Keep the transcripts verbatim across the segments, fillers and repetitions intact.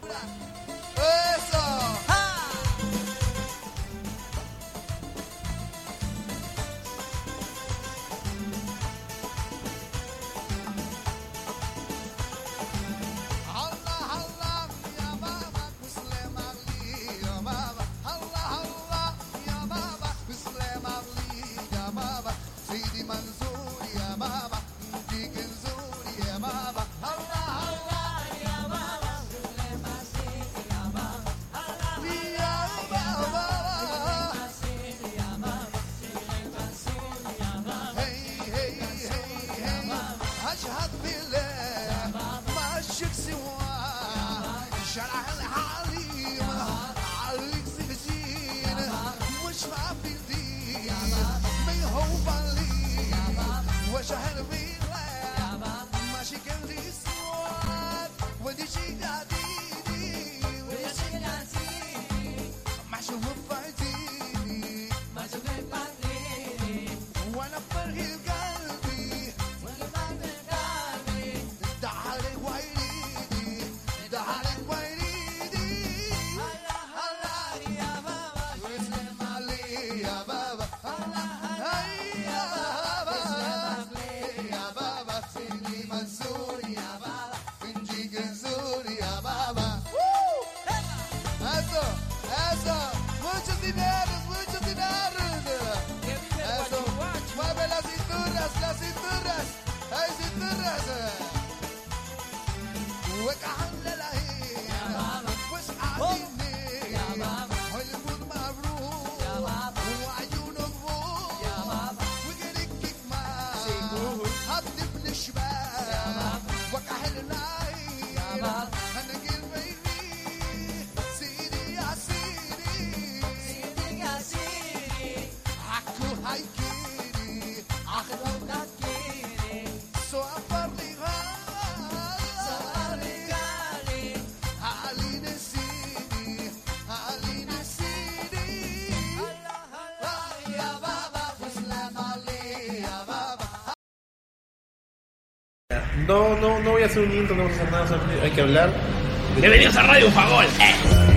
No, no, no voy a hacer un intro, no vamos a hacer nada, solamente hay que hablar. Bienvenidos a Radio Bufagol. Eh.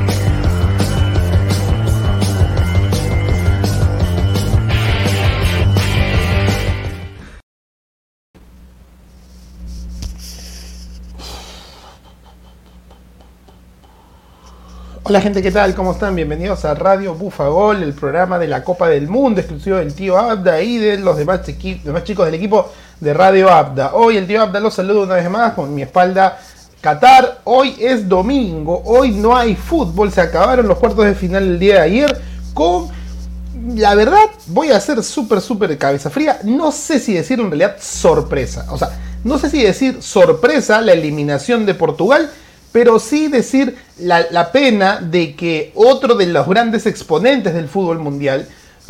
Hola gente, ¿qué tal? ¿Cómo están? Bienvenidos a Radio Bufagol, el programa de la Copa del Mundo, exclusivo del tío Abda y de los demás, chiqui- demás chicos del equipo de Radio Abda. Hoy el tío Abda los saluda una vez más con mi espalda Qatar. Hoy es domingo, hoy no hay fútbol, se acabaron los cuartos de final el día de ayer con... La verdad, voy a ser súper, súper de cabeza fría. No sé si decir en realidad sorpresa. O sea, no sé si decir sorpresa la eliminación de Portugal, pero sí decir la, la pena de que otro de los grandes exponentes del fútbol mundial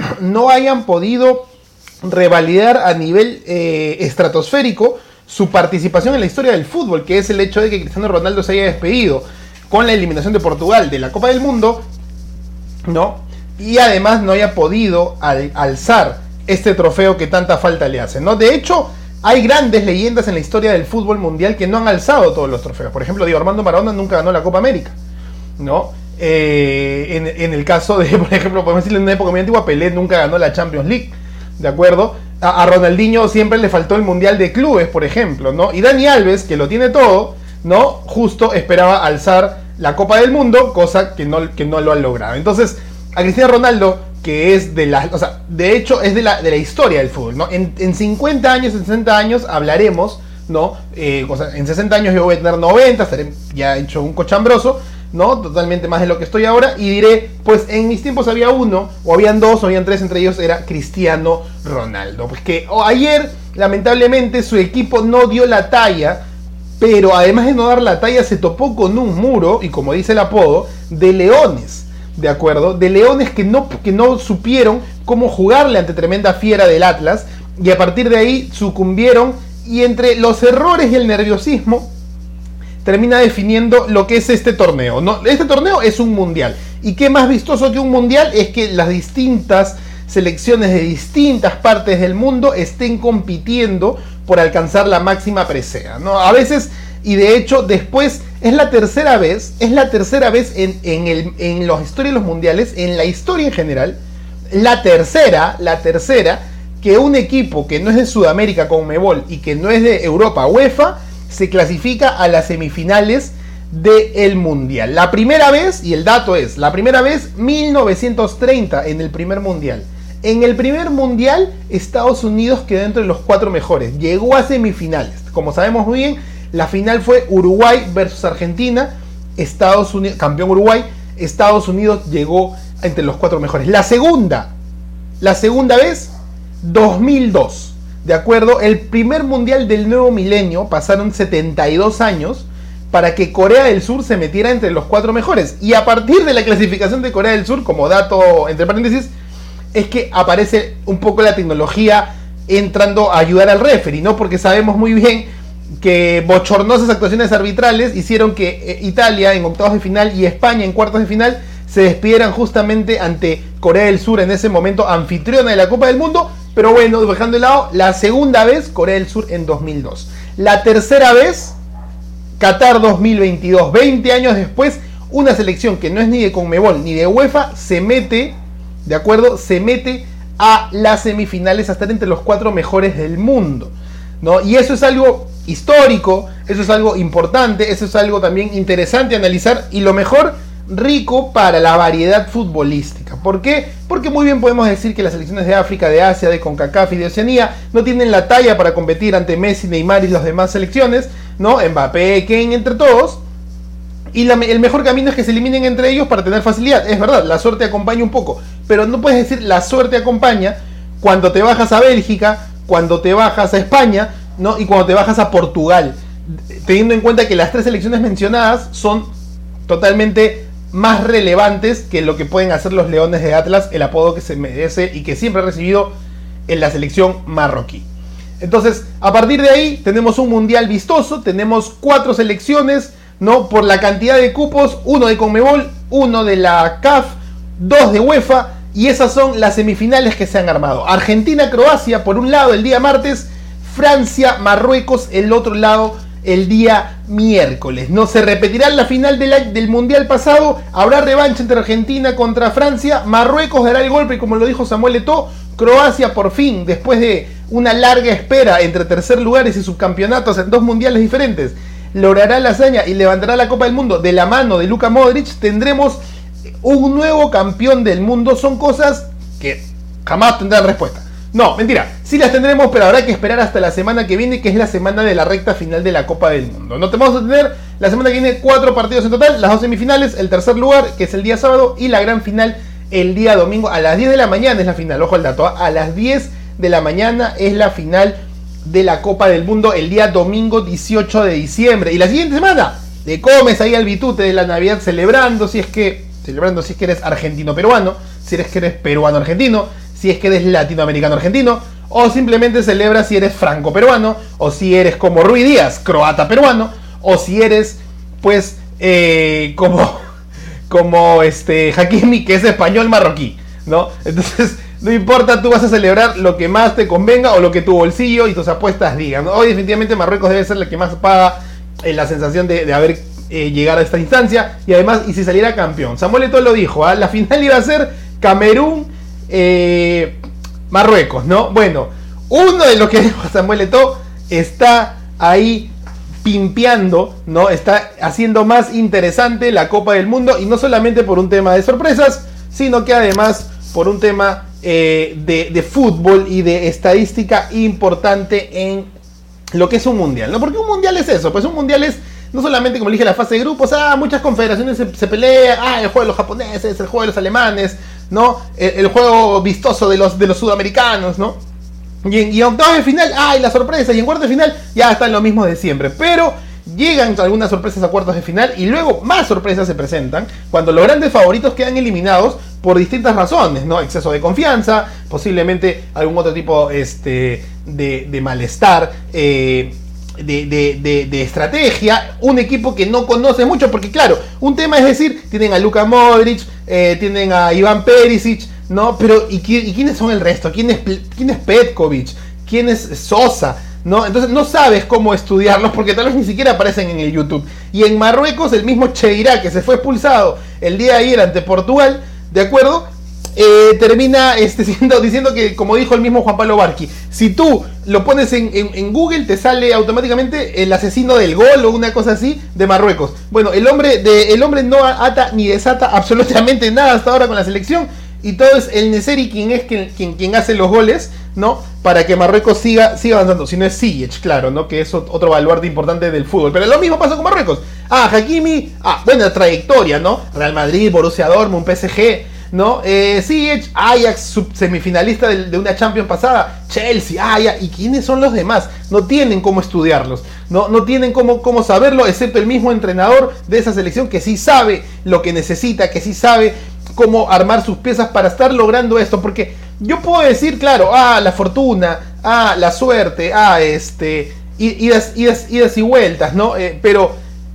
no hayan podido revalidar a nivel eh, estratosférico su participación en la historia del fútbol, que es el hecho de que Cristiano Ronaldo se haya despedido con la eliminación de Portugal de la Copa del Mundo, ¿no? Y además no haya podido al, alzar este trofeo que tanta falta le hace, ¿no? De hecho, hay grandes leyendas en la historia del fútbol mundial que no han alzado todos los trofeos. Por ejemplo, Diego Armando Maradona nunca ganó la Copa América, ¿no? Eh, en, en el caso de, por ejemplo, podemos decirle en una época muy antigua, Pelé nunca ganó la Champions League, ¿de acuerdo? A, a Ronaldinho siempre le faltó el Mundial de Clubes, por ejemplo, ¿no? Y Dani Alves, que lo tiene todo, ¿no? Justo esperaba alzar la Copa del Mundo, cosa que no, que no lo han logrado. Entonces, a Cristiano Ronaldo, que es de la, o sea, de hecho es de la, de la historia del fútbol, ¿no? En, en cincuenta años, en sesenta años hablaremos, ¿no? Eh, o sea, en sesenta años yo voy a tener noventa, estaré ya hecho un cochambroso, ¿no? Totalmente más de lo que estoy ahora, y diré, pues en mis tiempos había uno, o habían dos, o habían tres, entre ellos era Cristiano Ronaldo. Pues que oh, ayer, lamentablemente, su equipo no dio la talla, pero además de no dar la talla, se topó con un muro, y como dice el apodo, de leones. ¿De acuerdo? De leones que no, que no supieron cómo jugarle ante tremenda fiera del Atlas, y a partir de ahí sucumbieron, y entre los errores y el nerviosismo termina definiendo lo que es este torneo, ¿no? Este torneo es un mundial, y qué más vistoso que un mundial es que las distintas selecciones de distintas partes del mundo estén compitiendo por alcanzar la máxima presea, ¿no? A veces, y de hecho después Es la tercera vez, es la tercera vez en, en, el, en la historia de los mundiales, en la historia en general, la tercera, la tercera, que un equipo que no es de Sudamérica, Conmebol, y que no es de Europa, UEFA, se clasifica a las semifinales del mundial. La primera vez, y el dato es, la primera vez, mil novecientos treinta, en el primer mundial. En el primer mundial, Estados Unidos quedó entre los cuatro mejores, llegó a semifinales. Como sabemos muy bien, la final fue Uruguay versus Argentina, Estados Unidos, campeón Uruguay, Estados Unidos llegó entre los cuatro mejores. La segunda, la segunda vez, dos mil dos, ¿de acuerdo? El primer mundial del nuevo milenio, pasaron setenta y dos años para que Corea del Sur se metiera entre los cuatro mejores. Y a partir de la clasificación de Corea del Sur, como dato entre paréntesis, es que aparece un poco la tecnología entrando a ayudar al referee, ¿no? Porque sabemos muy bien que bochornosas actuaciones arbitrales hicieron que Italia en octavos de final y España en cuartos de final se despidieran justamente ante Corea del Sur, en ese momento anfitriona de la Copa del Mundo. Pero bueno, dejando de lado, la segunda vez, Corea del Sur en dos mil dos. La tercera vez, Qatar dos mil veintidós. veinte años después, una selección que no es ni de Conmebol ni de UEFA se mete, ¿de acuerdo? Se mete a las semifinales, a estar entre los cuatro mejores del mundo, ¿no? Y eso es algo histórico, eso es algo importante, eso es algo también interesante analizar, y lo mejor, rico para la variedad futbolística. ¿Por qué? Porque muy bien podemos decir que las selecciones de África, de Asia, de CONCACAF y de Oceanía no tienen la talla para competir ante Messi, Neymar y las demás selecciones, ¿no? Mbappé, Kane, entre todos. Y la, el mejor camino es que se eliminen entre ellos para tener facilidad. Es verdad, la suerte acompaña un poco, pero no puedes decir la suerte acompaña cuando te bajas a Bélgica, cuando te bajas a España, ¿no? Y cuando te bajas a Portugal, teniendo en cuenta que las tres selecciones mencionadas son totalmente más relevantes que lo que pueden hacer los Leones de Atlas, el apodo que se merece y que siempre ha recibido en la selección marroquí. Entonces, a partir de ahí tenemos un mundial vistoso, tenemos cuatro selecciones, ¿no? Por la cantidad de cupos, uno de Conmebol, uno de la C A F, dos de UEFA, y esas son las semifinales que se han armado. Argentina-Croacia por un lado el día martes, Francia-Marruecos el otro lado el día miércoles. No se repetirá la final de la, del mundial pasado, habrá revancha entre Argentina contra Francia, Marruecos dará el golpe, como lo dijo Samuel Eto'o, Croacia por fin, después de una larga espera entre tercer lugares y subcampeonatos en dos mundiales diferentes, logrará la hazaña y levantará la Copa del Mundo de la mano de Luka Modric. Tendremos un nuevo campeón del mundo. Son cosas que jamás tendrán respuesta. No, mentira, sí las tendremos, pero habrá que esperar hasta la semana que viene, que es la semana de la recta final de la Copa del Mundo. No te vamos a tener la semana que viene cuatro partidos en total, las dos semifinales, el tercer lugar, que es el día sábado, y la gran final el día domingo. A las diez de la mañana es la final, ojo al dato, ¿eh? A las diez de la mañana es la final de la Copa del Mundo, el día domingo dieciocho de diciembre. Y la siguiente semana le comes ahí al bitute de la Navidad celebrando, si es que, celebrando si es que eres argentino-peruano, si eres que eres peruano-argentino, si es que eres latinoamericano-argentino, o simplemente celebras si eres franco-peruano, o si eres como Rui Díaz, croata-peruano, o si eres, pues, eh, como, como este Hakimi, que es español-marroquí, ¿no? Entonces, no importa, tú vas a celebrar lo que más te convenga, o lo que tu bolsillo y tus apuestas digan, ¿no? Hoy definitivamente Marruecos debe ser la que más paga eh, la sensación de, de haber eh, llegado a esta instancia, y además, y si saliera campeón. Samuel Eto'o lo dijo, ¿eh? La final iba a ser Camerún, Eh, Marruecos, ¿no? Bueno, uno de los que dijo Samuel Eto'o está ahí pimpeando, ¿no? Está haciendo más interesante la Copa del Mundo, y no solamente por un tema de sorpresas, sino que además por un tema eh, de, de fútbol y de estadística importante en lo que es un mundial, ¿no? Porque un mundial es eso, pues un mundial es no solamente, como dije, la fase de grupos, ah, muchas confederaciones se, se pelean, ah, el juego de los japoneses, el juego de los alemanes, ¿no? El, el juego vistoso de los, de los sudamericanos, ¿no? Y en, y en octavos de final, ¡ay, la sorpresa! Y en cuartos de final ya están lo mismo de siempre. Pero llegan algunas sorpresas a cuartos de final, y luego más sorpresas se presentan cuando los grandes favoritos quedan eliminados por distintas razones, ¿no? Exceso de confianza, posiblemente algún otro tipo este, de, de malestar, eh, De, de, de, de estrategia, un equipo que no conoce mucho, porque claro, un tema es decir, tienen a Luka Modric, eh, tienen a Iván Perisic, ¿no? Pero ¿y, qui- y quiénes son el resto? ¿Quién es, quién es Petkovic? ¿Quién es Sosa? ¿no? Entonces no sabes cómo estudiarlos porque tal vez ni siquiera aparecen en el YouTube. Y en Marruecos el mismo Cheira, que se fue expulsado el día de ayer ante Portugal, ¿de acuerdo? Eh, termina este, siendo, diciendo que, como dijo el mismo Juan Pablo Barqui, si tú lo pones en, en, en Google te sale automáticamente el asesino del gol o una cosa así de Marruecos. Bueno, el hombre, de, el hombre no ata ni desata absolutamente nada hasta ahora con la selección, y todo es el Neseri quien es quien, quien, quien hace los goles, ¿no? Para que Marruecos siga, siga avanzando. Si no es Ziyech, claro, ¿no? Que es otro baluarte importante del fútbol. Pero lo mismo pasa con Marruecos. Ah, Hakimi, ah, buena trayectoria, ¿no? Real Madrid, Borussia Dortmund, P S G, ¿no? Eh, Ziyech, Ajax, semifinalista de, de una Champions pasada, Chelsea, Ajax. ¿Y quiénes son los demás? No tienen cómo estudiarlos, no, no tienen cómo, cómo saberlo, excepto el mismo entrenador de esa selección que sí sabe lo que necesita, que sí sabe cómo armar sus piezas para estar logrando esto. Porque yo puedo decir, claro, ah, la fortuna, ah, la suerte, ah, este, idas, idas, idas y vueltas, ¿no? Eh, pero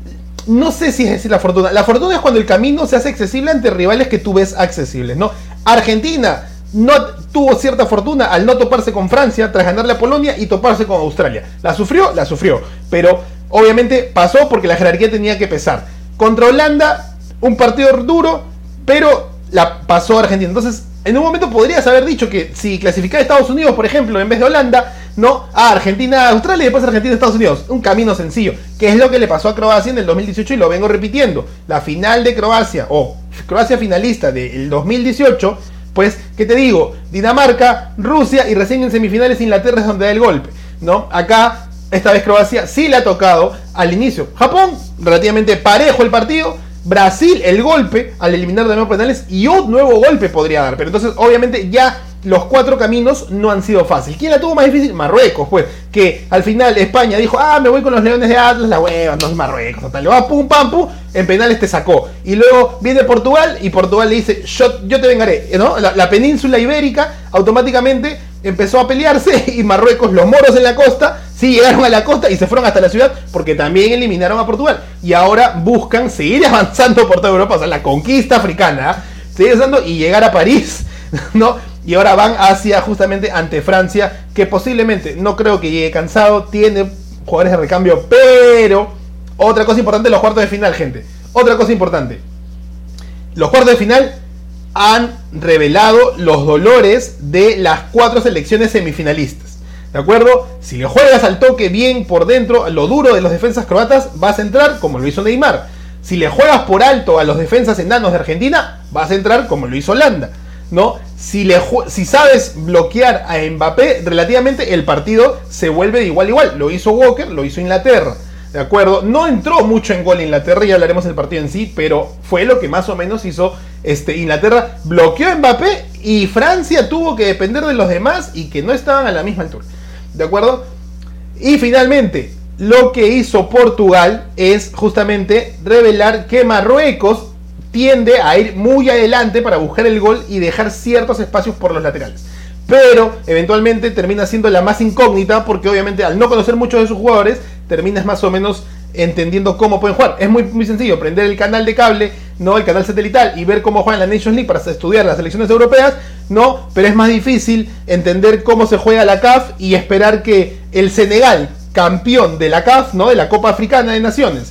no sé si es decir la fortuna. La fortuna es cuando el camino se hace accesible ante rivales que tú ves accesibles, ¿no? Argentina no tuvo cierta fortuna al no toparse con Francia tras ganarle a Polonia y toparse con Australia. ¿La sufrió? La sufrió. Pero obviamente pasó porque la jerarquía tenía que pesar. Contra Holanda, un partido duro, pero la pasó Argentina. Entonces, en un momento podrías haber dicho que si clasificaba a Estados Unidos, por ejemplo, en vez de Holanda, no, a Argentina, Australia y después Argentina, Estados Unidos. Un camino sencillo, que es lo que le pasó a Croacia en el dos mil dieciocho y lo vengo repitiendo. La final de Croacia, o Croacia finalista del dos mil dieciocho, pues, ¿qué te digo? Dinamarca, Rusia y recién en semifinales Inglaterra es donde da el golpe, ¿no? Acá, esta vez Croacia sí le ha tocado al inicio. Japón, relativamente parejo el partido. Brasil, el golpe al eliminar de nuevo penales y un nuevo golpe podría dar. Pero entonces, obviamente, ya los cuatro caminos no han sido fáciles. ¿Quién la tuvo más difícil? Marruecos, pues. Que al final España dijo, ah, me voy con los Leones de Atlas, la hueva, no es Marruecos, total. Le va pum, pam, pum, en penales te sacó. Y luego viene Portugal y Portugal le dice, yo, yo te vengaré, ¿no? La, la península ibérica automáticamente empezó a pelearse y Marruecos, los moros en la costa, sí llegaron a la costa y se fueron hasta la ciudad porque también eliminaron a Portugal. Y ahora buscan seguir avanzando por toda Europa, o sea, la conquista africana, ¿eh? Seguir avanzando y llegar a París, ¿no? Y ahora van hacia justamente ante Francia, que posiblemente, no creo que llegue cansado, tiene jugadores de recambio, pero otra cosa importante, los cuartos de final, gente. Otra cosa importante, los cuartos de final han revelado los dolores de las cuatro selecciones semifinalistas, ¿de acuerdo? Si le juegas al toque bien por dentro, lo duro de los defensas croatas, vas a entrar como lo hizo Neymar. Si le juegas por alto a los defensas enanos de Argentina, vas a entrar como lo hizo Holanda, ¿no? Si, le si sabes bloquear a Mbappé, relativamente el partido se vuelve de igual a igual. Lo hizo Walker, lo hizo Inglaterra, ¿de acuerdo? No entró mucho en gol Inglaterra, ya hablaremos del partido en sí, pero fue lo que más o menos hizo este, Inglaterra. Bloqueó a Mbappé y Francia tuvo que depender de los demás y que no estaban a la misma altura, ¿de acuerdo? Y finalmente, lo que hizo Portugal es justamente revelar que Marruecos tiende a ir muy adelante para buscar el gol y dejar ciertos espacios por los laterales. Pero eventualmente termina siendo la más incógnita porque obviamente al no conocer muchos de sus jugadores, terminas más o menos entendiendo cómo pueden jugar. Es muy, muy sencillo, prender el canal de cable, no el canal satelital y ver cómo juegan la Nations League para estudiar las selecciones europeas, no, pero es más difícil entender cómo se juega la C A F y esperar que el Senegal, campeón de la C A F, ¿no? De la Copa Africana de Naciones,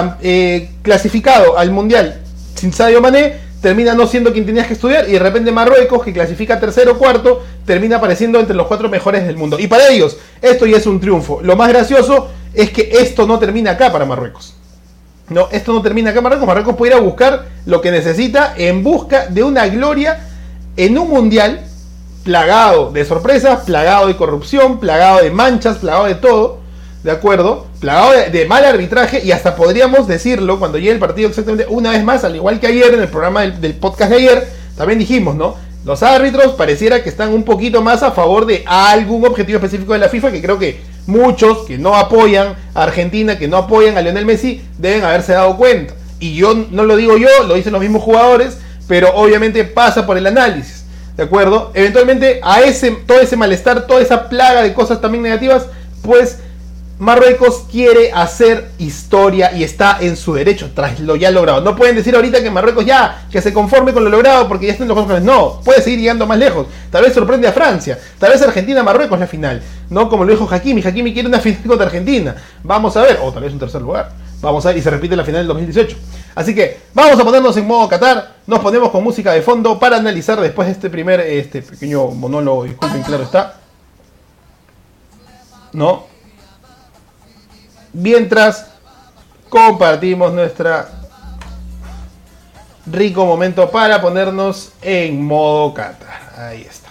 eh, clasificado al Mundial sin Sadio Mané, termina no siendo quien tenías que estudiar y de repente Marruecos, que clasifica tercero o cuarto, termina apareciendo entre los cuatro mejores del mundo. Y para ellos, esto ya es un triunfo. Lo más gracioso es que esto no termina acá para Marruecos. No, esto no termina acá Marruecos. Marruecos puede ir a buscar lo que necesita en busca de una gloria en un mundial plagado de sorpresas, plagado de corrupción, plagado de manchas, plagado de todo, ¿de acuerdo? Plagado de, de mal arbitraje y hasta podríamos decirlo cuando llegue el partido exactamente una vez más, al igual que ayer en el programa del, del podcast de ayer, también dijimos, ¿no? Los árbitros pareciera que están un poquito más a favor de algún objetivo específico de la FIFA, que creo que muchos que no apoyan a Argentina, que no apoyan a Lionel Messi, deben haberse dado cuenta. Y yo no lo digo yo, lo dicen los mismos jugadores, pero obviamente pasa por el análisis, ¿de acuerdo? Eventualmente a ese, todo ese malestar, toda esa plaga de cosas también negativas, pues Marruecos quiere hacer historia y está en su derecho tras lo ya logrado. No pueden decir ahorita que Marruecos ya, que se conforme con lo logrado porque ya están en los Juegos. No, puede seguir llegando más lejos. Tal vez sorprende a Francia, tal vez Argentina-Marruecos la final, no como lo dijo Hakimi. Hakimi quiere una final contra Argentina. Vamos a ver, o tal vez un tercer lugar. Vamos a ver, y se repite la final del dos mil dieciocho. Así que vamos a ponernos en modo Qatar. Nos ponemos con música de fondo para analizar después de este primer, este pequeño monólogo. Disculpen, claro está. ¿No? Mientras compartimos nuestra rico momento para ponernos en modo Qatar. Ahí está.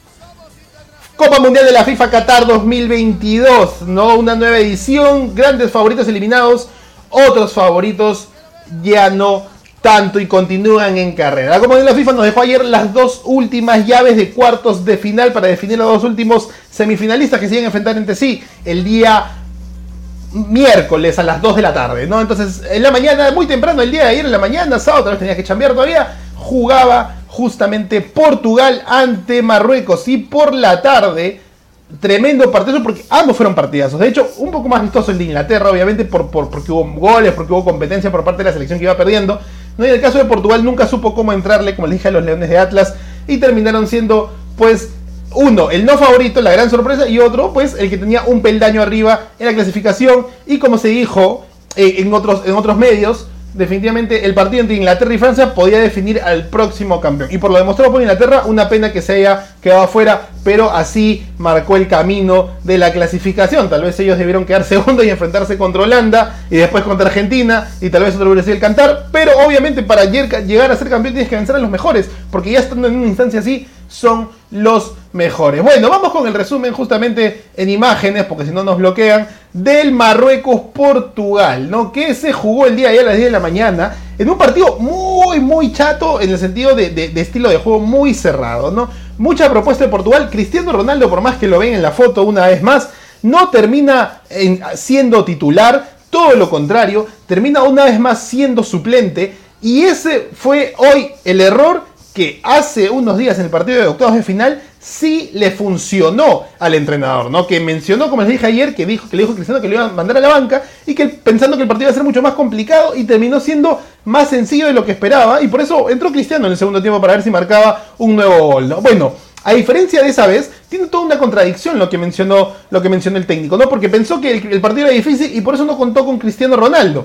Copa Mundial de la FIFA Qatar dos mil veintidós, ¿no? Una nueva edición, grandes favoritos eliminados, otros favoritos ya no tanto y continúan en carrera. La Copa Mundial de la FIFA nos dejó ayer las dos últimas llaves de cuartos de final para definir los dos últimos semifinalistas que se iban a enfrentar entre sí el día miércoles a las dos de la tarde, ¿no? Entonces, en la mañana, muy temprano, el día de ayer, en la mañana, sábado, tal vez tenía que chambear todavía, jugaba justamente Portugal ante Marruecos. Y por la tarde, tremendo partido, porque ambos fueron partidazos. De hecho, un poco más vistoso el de Inglaterra, obviamente, por, por, porque hubo goles, porque hubo competencia por parte de la selección que iba perdiendo, ¿no? Y en el caso de Portugal, nunca supo cómo entrarle, como les dije, a los Leones de Atlas, y terminaron siendo, pues, uno, el no favorito, la gran sorpresa, y otro, pues, el que tenía un peldaño arriba en la clasificación. Y como se dijo eh, en, otros, en otros medios, definitivamente el partido entre Inglaterra y Francia podía definir al próximo campeón. Y por lo demostrado por Inglaterra, una pena que se haya quedado afuera, pero así marcó el camino de la clasificación. Tal vez ellos debieron quedar segundos y enfrentarse contra Holanda, y después contra Argentina, y tal vez otro hubiera sido el Qatar. Pero obviamente para llegar a ser campeón tienes que vencer a los mejores, porque ya estando en una instancia así, son los mejores. Bueno, vamos con el resumen justamente en imágenes, porque si no nos bloquean, del Marruecos-Portugal, ¿no? Que se jugó el día de ayer a las diez de la mañana, en un partido muy, muy chato, en el sentido de, de, de estilo de juego muy cerrado, ¿no? Mucha propuesta de Portugal. Cristiano Ronaldo, por más que lo ven en la foto una vez más, no termina en, siendo titular, todo lo contrario, termina una vez más siendo suplente, y ese fue hoy el error que hace unos días en el partido de octavos de final sí le funcionó al entrenador, ¿no? Que mencionó, como les dije ayer, que dijo que le dijo a Cristiano que lo iba a mandar a la banca, y que pensando que el partido iba a ser mucho más complicado, y terminó siendo más sencillo de lo que esperaba, y por eso entró Cristiano en el segundo tiempo para ver si marcaba un nuevo gol, ¿no? Bueno, a diferencia de esa vez, tiene toda una contradicción lo que mencionó, lo que mencionó el técnico, ¿no? Porque pensó que el, el partido era difícil y por eso no contó con Cristiano Ronaldo,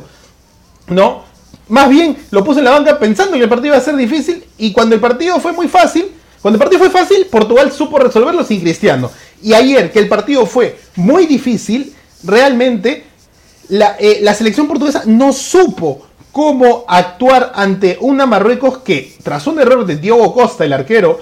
¿no? Más bien lo puso en la banca pensando que el partido iba a ser difícil, y cuando el partido fue muy fácil, cuando el partido fue fácil, Portugal supo resolverlo sin Cristiano. Y ayer, que el partido fue muy difícil, realmente la, eh, la selección portuguesa no supo cómo actuar ante una Marruecos que, tras un error de Diogo Costa, el arquero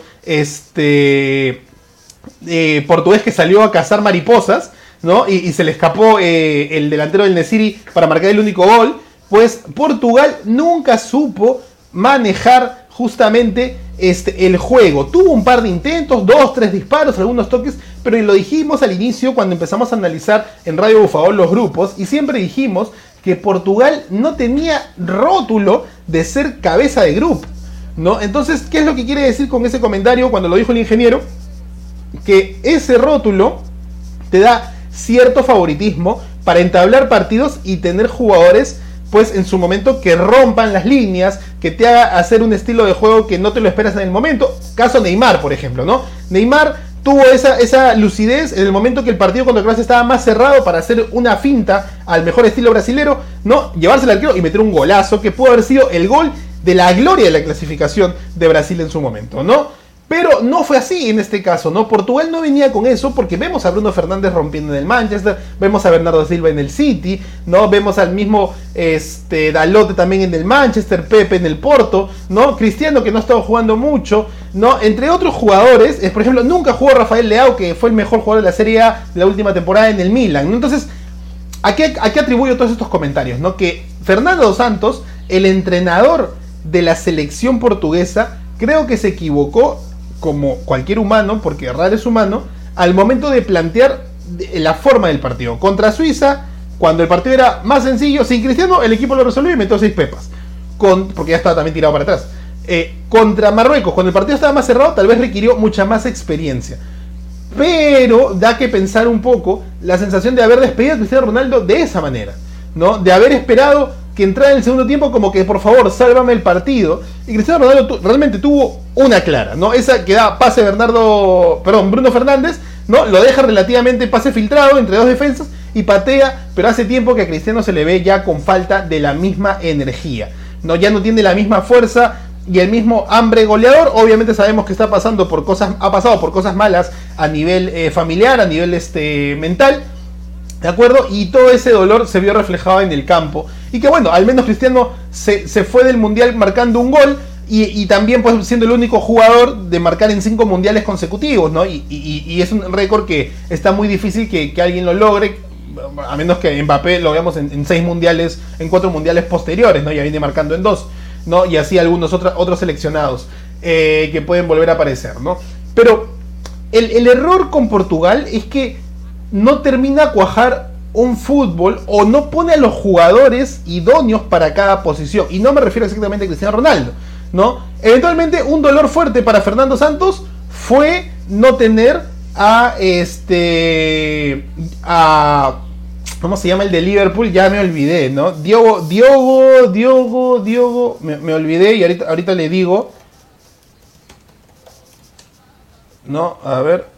este, eh, portugués, que salió a cazar mariposas, ¿no? Y, y se le escapó eh, el delantero del Nesiri para marcar el único gol, pues Portugal nunca supo manejar justamente este, el juego. Tuvo un par de intentos, dos, tres disparos, algunos toques, pero lo dijimos al inicio cuando empezamos a analizar en Radio Bufagol los grupos, y siempre dijimos que Portugal no tenía rótulo de ser cabeza de grupo, ¿no? Entonces, ¿qué es lo que quiere decir con ese comentario cuando lo dijo el ingeniero? Que ese rótulo te da cierto favoritismo para entablar partidos y tener jugadores, pues en su momento, que rompan las líneas, que te haga hacer un estilo de juego que no te lo esperas en el momento. Caso Neymar, por ejemplo, ¿no? Neymar tuvo esa, esa lucidez en el momento que el partido contra Croacia estaba más cerrado para hacer una finta al mejor estilo brasilero, ¿no? Llevarse al arquero y meter un golazo que pudo haber sido el gol de la gloria de la clasificación de Brasil en su momento, ¿no? Pero no fue así en este caso, ¿no? Portugal no venía con eso, porque vemos a Bruno Fernández rompiendo en el Manchester, vemos a Bernardo Silva en el City, ¿no? Vemos al mismo este, Dalot también en el Manchester, Pepe en el Porto, ¿no? Cristiano, que no ha estado jugando mucho, ¿no? Entre otros jugadores, eh, por ejemplo, nunca jugó Rafael Leao, que fue el mejor jugador de la Serie A de la última temporada en el Milan, ¿no? Entonces, ¿a qué, a qué atribuyo todos estos comentarios, ¿no? Que Fernando dos Santos, el entrenador de la selección portuguesa, creo que se equivocó, como cualquier humano, porque errar es humano, al momento de plantear la forma del partido. Contra Suiza, cuando el partido era más sencillo, sin Cristiano, el equipo lo resolvió y metió seis pepas, Con, porque ya estaba también tirado para atrás. Eh, contra Marruecos, cuando el partido estaba más cerrado, tal vez requirió mucha más experiencia. Pero da que pensar un poco la sensación de haber despedido a Cristiano Ronaldo de esa manera, ¿no? De haber esperado que entrara en el segundo tiempo como que por favor, sálvame el partido. Y Cristiano Ronaldo tu, realmente tuvo una clara, ¿no? Esa que da pase Bernardo, perdón, Bruno Fernández, ¿no? Lo deja relativamente pase filtrado entre dos defensas y patea, pero hace tiempo que a Cristiano se le ve ya con falta de la misma energía, ¿no? Ya no tiene la misma fuerza y el mismo hambre goleador. Obviamente sabemos que está pasando por cosas, ha pasado por cosas malas a nivel eh, familiar, a nivel este, mental, ¿de acuerdo? Y todo ese dolor se vio reflejado en el campo. Y que bueno, al menos Cristiano se, se fue del Mundial marcando un gol y, y también pues siendo el único jugador de marcar en cinco Mundiales consecutivos, ¿no? Y, y, y es un récord que está muy difícil que, que alguien lo logre, a menos que Mbappé lo veamos en, en seis Mundiales, en cuatro Mundiales posteriores, ¿no? Ya viene marcando en dos, ¿no? Y así algunos otros, otros seleccionados eh, que pueden volver a aparecer, ¿no? Pero el, el error con Portugal es que no termina a cuajar un fútbol o no pone a los jugadores idóneos para cada posición. Y no me refiero exactamente a Cristiano Ronaldo, ¿no? Eventualmente un dolor fuerte para Fernando Santos fue no tener a este a ¿cómo se llama el de Liverpool? Ya me olvidé, ¿no? Diogo, Diogo, Diogo, Diogo, me, me olvidé y ahorita, ahorita le digo. No, a ver.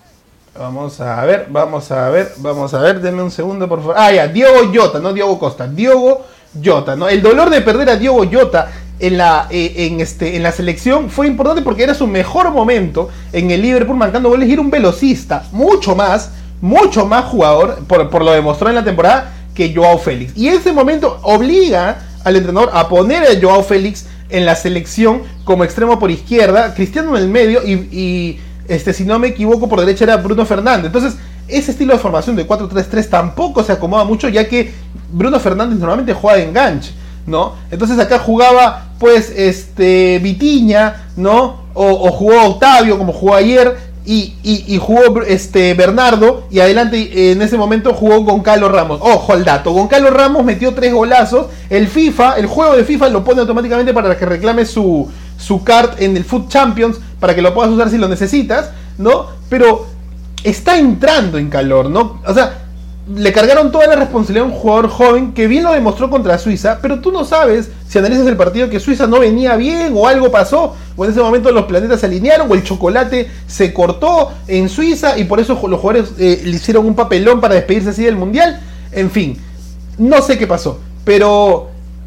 Vamos a ver, vamos a ver, vamos a ver, denme un segundo por favor. Ah, ya, Diogo Jota, no Diogo Costa, Diogo Jota, ¿no? El dolor de perder a Diogo Jota en la, eh, en, este, en la selección fue importante porque era su mejor momento en el Liverpool marcando goles y era un velocista, mucho más, mucho más jugador, por, por lo demostró en la temporada, que Joao Félix. Y ese momento obliga al entrenador a poner a Joao Félix en la selección como extremo por izquierda, Cristiano en el medio y... y Este, si no me equivoco, por derecha era Bruno Fernández. Entonces, ese estilo de formación de cuatro tres tres tampoco se acomoda mucho, ya que Bruno Fernández normalmente juega de enganche, ¿no? Entonces acá jugaba, pues, este Vitinha, ¿no? O, o jugó Octavio, como jugó ayer, y, y, y jugó este Bernardo, y adelante en ese momento jugó Goncalo Ramos. Ojo al dato, Goncalo Ramos metió tres golazos. El FIFA, el juego de FIFA lo pone automáticamente para que reclame su... su card en el Foot Champions para que lo puedas usar si lo necesitas, ¿no? Pero está entrando en calor, ¿no? O sea, le cargaron toda la responsabilidad a un jugador joven que bien lo demostró contra Suiza, pero tú no sabes, si analizas el partido, que Suiza no venía bien o algo pasó, o en ese momento los planetas se alinearon o el chocolate se cortó en Suiza y por eso los jugadores eh, le hicieron un papelón para despedirse así del Mundial. En fin, no sé qué pasó, pero...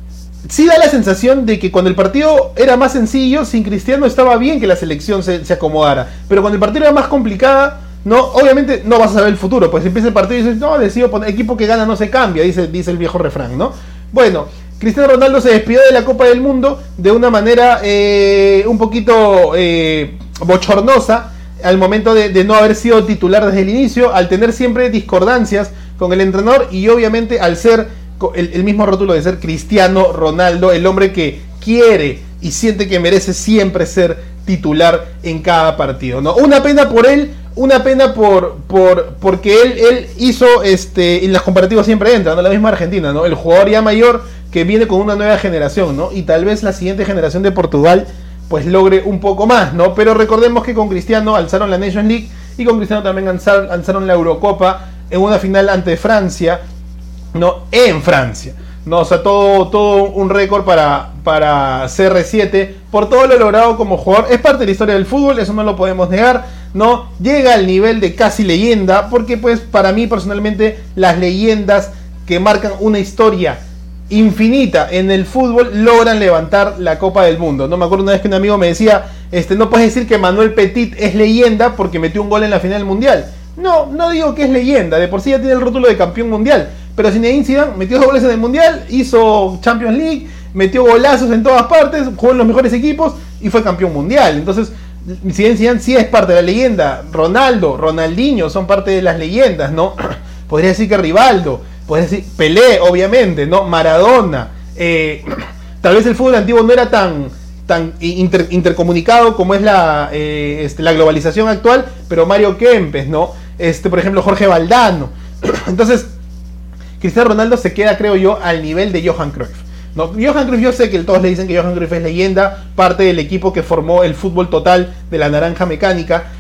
sí da la sensación de que cuando el partido era más sencillo, sin Cristiano estaba bien que la selección se, se acomodara. Pero cuando el partido era más complicada, no, obviamente no vas a saber el futuro. Pues empieza el partido y dices, no, decido poner, equipo que gana no se cambia, dice, dice el viejo refrán, ¿no? Bueno, Cristiano Ronaldo se despidió de la Copa del Mundo de una manera eh, un poquito eh, bochornosa, al momento de, de no haber sido titular desde el inicio, al tener siempre discordancias con el entrenador y obviamente al ser... El, el mismo rótulo de ser Cristiano Ronaldo, el hombre que quiere y siente que merece siempre ser titular en cada partido, ¿no? Una pena por él, una pena por, por porque él, él hizo, este, en las comparativas siempre entra, ¿no? La misma Argentina, ¿no? El jugador ya mayor que viene con una nueva generación, ¿no? Y tal vez la siguiente generación de Portugal pues logre un poco más, ¿no? Pero recordemos que con Cristiano alzaron la Nations League y con Cristiano también alzaron, alzaron la Eurocopa en una final ante Francia, ¿no? En Francia, ¿no? O sea, todo, todo un récord para, para C R siete por todo lo logrado como jugador. Es parte de la historia del fútbol, eso no lo podemos negar, ¿no? Llega al nivel de casi leyenda, porque pues para mí personalmente las leyendas que marcan una historia infinita en el fútbol logran levantar la Copa del Mundo, ¿no? Me acuerdo una vez que un amigo me decía, este, no puedes decir que Manuel Petit es leyenda porque metió un gol en la final del Mundial. No, no digo que es leyenda, de por sí ya tiene el rótulo de campeón mundial. Pero Zinedine Zidane metió dos goles en el Mundial, hizo Champions League, metió golazos en todas partes, jugó en los mejores equipos y fue campeón mundial. Entonces, Zinedine Zidane sí es parte de la leyenda. Ronaldo, Ronaldinho son parte de las leyendas, ¿no? Podría decir que Rivaldo, podría decir Pelé, obviamente, ¿no? Maradona. Eh, tal vez el fútbol antiguo no era tan, tan inter, intercomunicado como es la, eh, este, la globalización actual, pero Mario Kempes, ¿no? Este, por ejemplo, Jorge Valdano. Entonces, Cristiano Ronaldo se queda, creo yo, al nivel de Johan Cruyff, ¿no? Johan Cruyff, yo sé que todos le dicen que Johan Cruyff es leyenda, parte del equipo que formó el fútbol total de la naranja mecánica,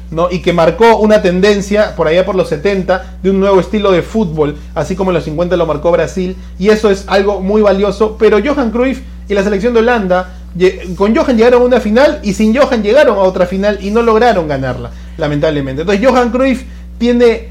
¿no? Y que marcó una tendencia por allá por los setenta de un nuevo estilo de fútbol, así como en los cincuenta lo marcó Brasil, y eso es algo muy valioso. Pero Johan Cruyff y la selección de Holanda, con Johan llegaron a una final y sin Johan llegaron a otra final y no lograron ganarla, lamentablemente. Entonces Johan Cruyff tiene,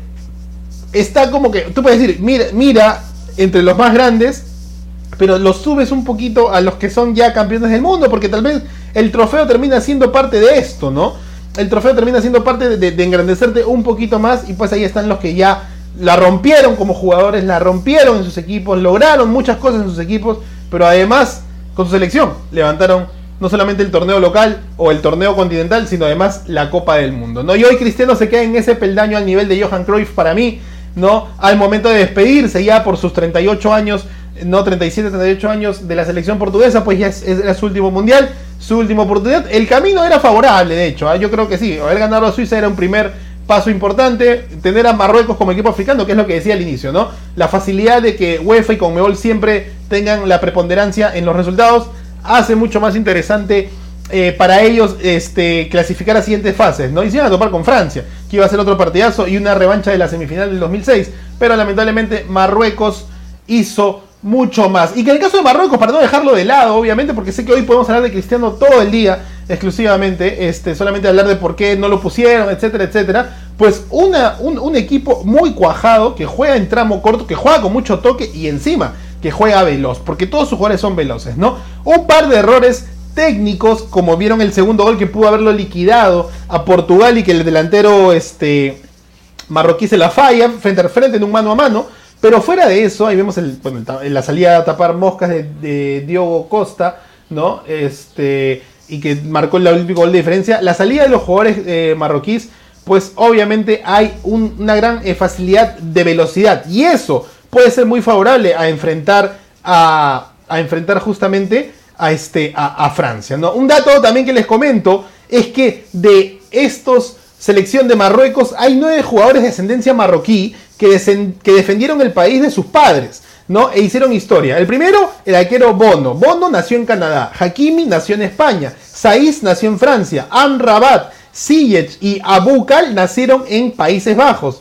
está como que, tú puedes decir, mira, mira entre los más grandes, pero los subes un poquito a los que son ya campeones del mundo, porque tal vez el trofeo termina siendo parte de esto, ¿no? El trofeo termina siendo parte de, de, de engrandecerte un poquito más, y pues ahí están los que ya la rompieron como jugadores, la rompieron en sus equipos, lograron muchas cosas en sus equipos, pero además con su selección levantaron no solamente el torneo local o el torneo continental, sino además la Copa del Mundo, ¿no? Y hoy Cristiano se queda en ese peldaño al nivel de Johan Cruyff para mí, ¿no? Al momento de despedirse ya por sus treinta y ocho años, no, treinta y siete, treinta y ocho años de la selección portuguesa, pues ya es, es, era su último mundial, su última oportunidad. El camino era favorable, de hecho, ¿eh? Yo creo que sí, haber ganado a Suiza era un primer paso importante. Tener a Marruecos como equipo africano, que es lo que decía al inicio, ¿no? La facilidad de que UEFA y Conmebol siempre tengan la preponderancia en los resultados hace mucho más interesante eh, para ellos este, clasificar a siguientes fases, ¿no? Y se iban a topar con Francia, que iba a ser otro partidazo y una revancha de la semifinal del dos mil seis, pero lamentablemente Marruecos hizo mucho más. Y que en el caso de Marruecos, para no dejarlo de lado, obviamente, porque sé que hoy podemos hablar de Cristiano todo el día, exclusivamente, este, solamente hablar de por qué no lo pusieron, etcétera, etcétera, pues una, un, un equipo muy cuajado, que juega en tramo corto, que juega con mucho toque y encima que juega veloz, porque todos sus jugadores son veloces, ¿no? Un par de errores técnicos, como vieron el segundo gol que pudo haberlo liquidado a Portugal y que el delantero este, marroquí se la falla frente a frente en un mano a mano. Pero fuera de eso, ahí vemos el, bueno, la salida a tapar moscas de, de Diogo Costa, ¿no? Este, y que marcó el olímpico gol de diferencia. La salida de los jugadores eh, marroquíes, pues obviamente hay un, una gran eh, facilidad de velocidad. Y eso puede ser muy favorable a enfrentar a, a enfrentar justamente a, este, a, a Francia, ¿no? Un dato también que les comento es que de estos selección de Marruecos hay nueve jugadores de ascendencia marroquí que, desen, que defendieron el país de sus padres, ¿no? E hicieron historia. El primero, el arquero Bono. Bono nació en Canadá. Hakimi nació en España. Saiz nació en Francia. Amrabat, Ziyech y Aboukal nacieron en Países Bajos.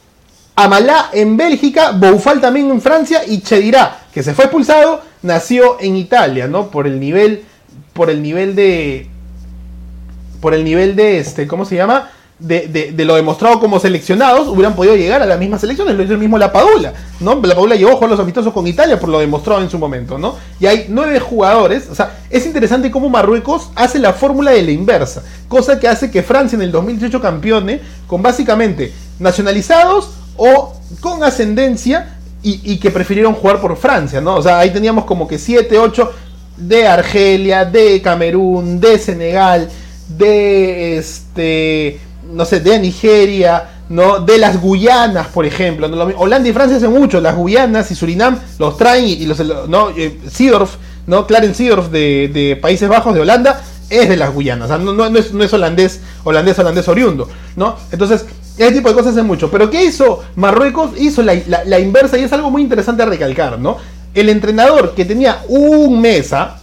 Amalá en Bélgica, Boufal también en Francia y Chedirá, que se fue expulsado, nació en Italia, ¿no? Por el nivel, por el nivel de, por el nivel de este, ¿cómo se llama? De, de, de lo demostrado como seleccionados, hubieran podido llegar a las mismas selecciones. Lo hizo el mismo La Padula, ¿no? La Padula llegó a jugar los amistosos con Italia por lo demostrado en su momento, ¿no? Y hay nueve jugadores. O sea, es interesante cómo Marruecos hace la fórmula de la inversa, cosa que hace que Francia en el dos mil dieciocho campeone con básicamente nacionalizados o con ascendencia y, y que prefirieron jugar por Francia, ¿no? O sea, ahí teníamos como que siete, ocho de Argelia, de Camerún, de Senegal, de este... no sé, de Nigeria, ¿no? De las Guyanas, por ejemplo, ¿no? Holanda y Francia hacen mucho, las Guyanas y Surinam los traen y, y los, ¿no? Eh, Seedorf, ¿no? Clarence Seedorf de, de Países Bajos, de Holanda, es de las Guyanas, o sea, no, no, no, es, no es holandés, holandés, holandés oriundo, ¿no? Entonces, ese tipo de cosas hacen mucho. Pero ¿qué hizo Marruecos? Hizo la, la, la inversa, y es algo muy interesante a recalcar, ¿no? El entrenador que tenía un mes, ¿ah?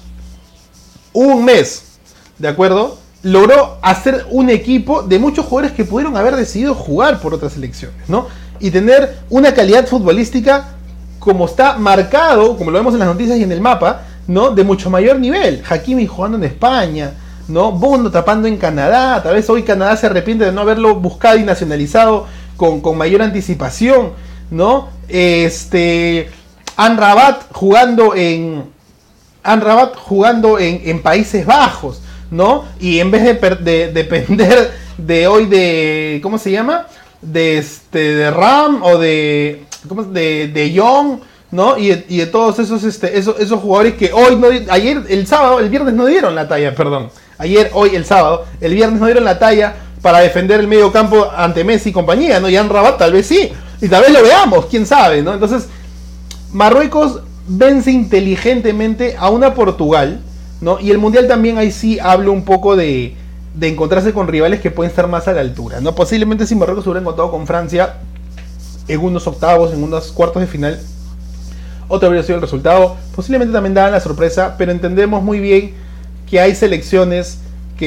un mes, ¿de acuerdo?, logró hacer un equipo de muchos jugadores que pudieron haber decidido jugar por otras selecciones, ¿no? Y tener una calidad futbolística como está marcado, como lo vemos en las noticias y en el mapa, ¿no? De mucho mayor nivel. Hakimi jugando en España, ¿no? Bono tapando en Canadá. Tal vez hoy Canadá se arrepiente de no haberlo buscado y nacionalizado con, con mayor anticipación, ¿no? Este, Amrabat jugando en Amrabat jugando en, en Países Bajos, ¿no? Y en vez de, per, de, de depender de hoy de, ¿cómo se llama? De este de Ram o de ¿cómo? de de Young, ¿no? Y de, y de todos esos este esos, esos jugadores que hoy no, ayer el sábado, el viernes no dieron la talla, perdón. Ayer, hoy el sábado, el viernes no dieron la talla para defender el medio campo ante Messi y compañía, ¿no? Y Amrabat tal vez sí, y tal vez lo veamos, quién sabe, ¿no? Entonces, Marruecos vence inteligentemente a una Portugal, ¿no? Y el Mundial también ahí sí hablo un poco de, de encontrarse con rivales que pueden estar más a la altura, ¿no? Posiblemente si Marruecos hubiera encontrado con Francia en unos octavos, en unos cuartos de final, otro habría sido el resultado. Posiblemente también daban la sorpresa, pero entendemos muy bien que hay selecciones que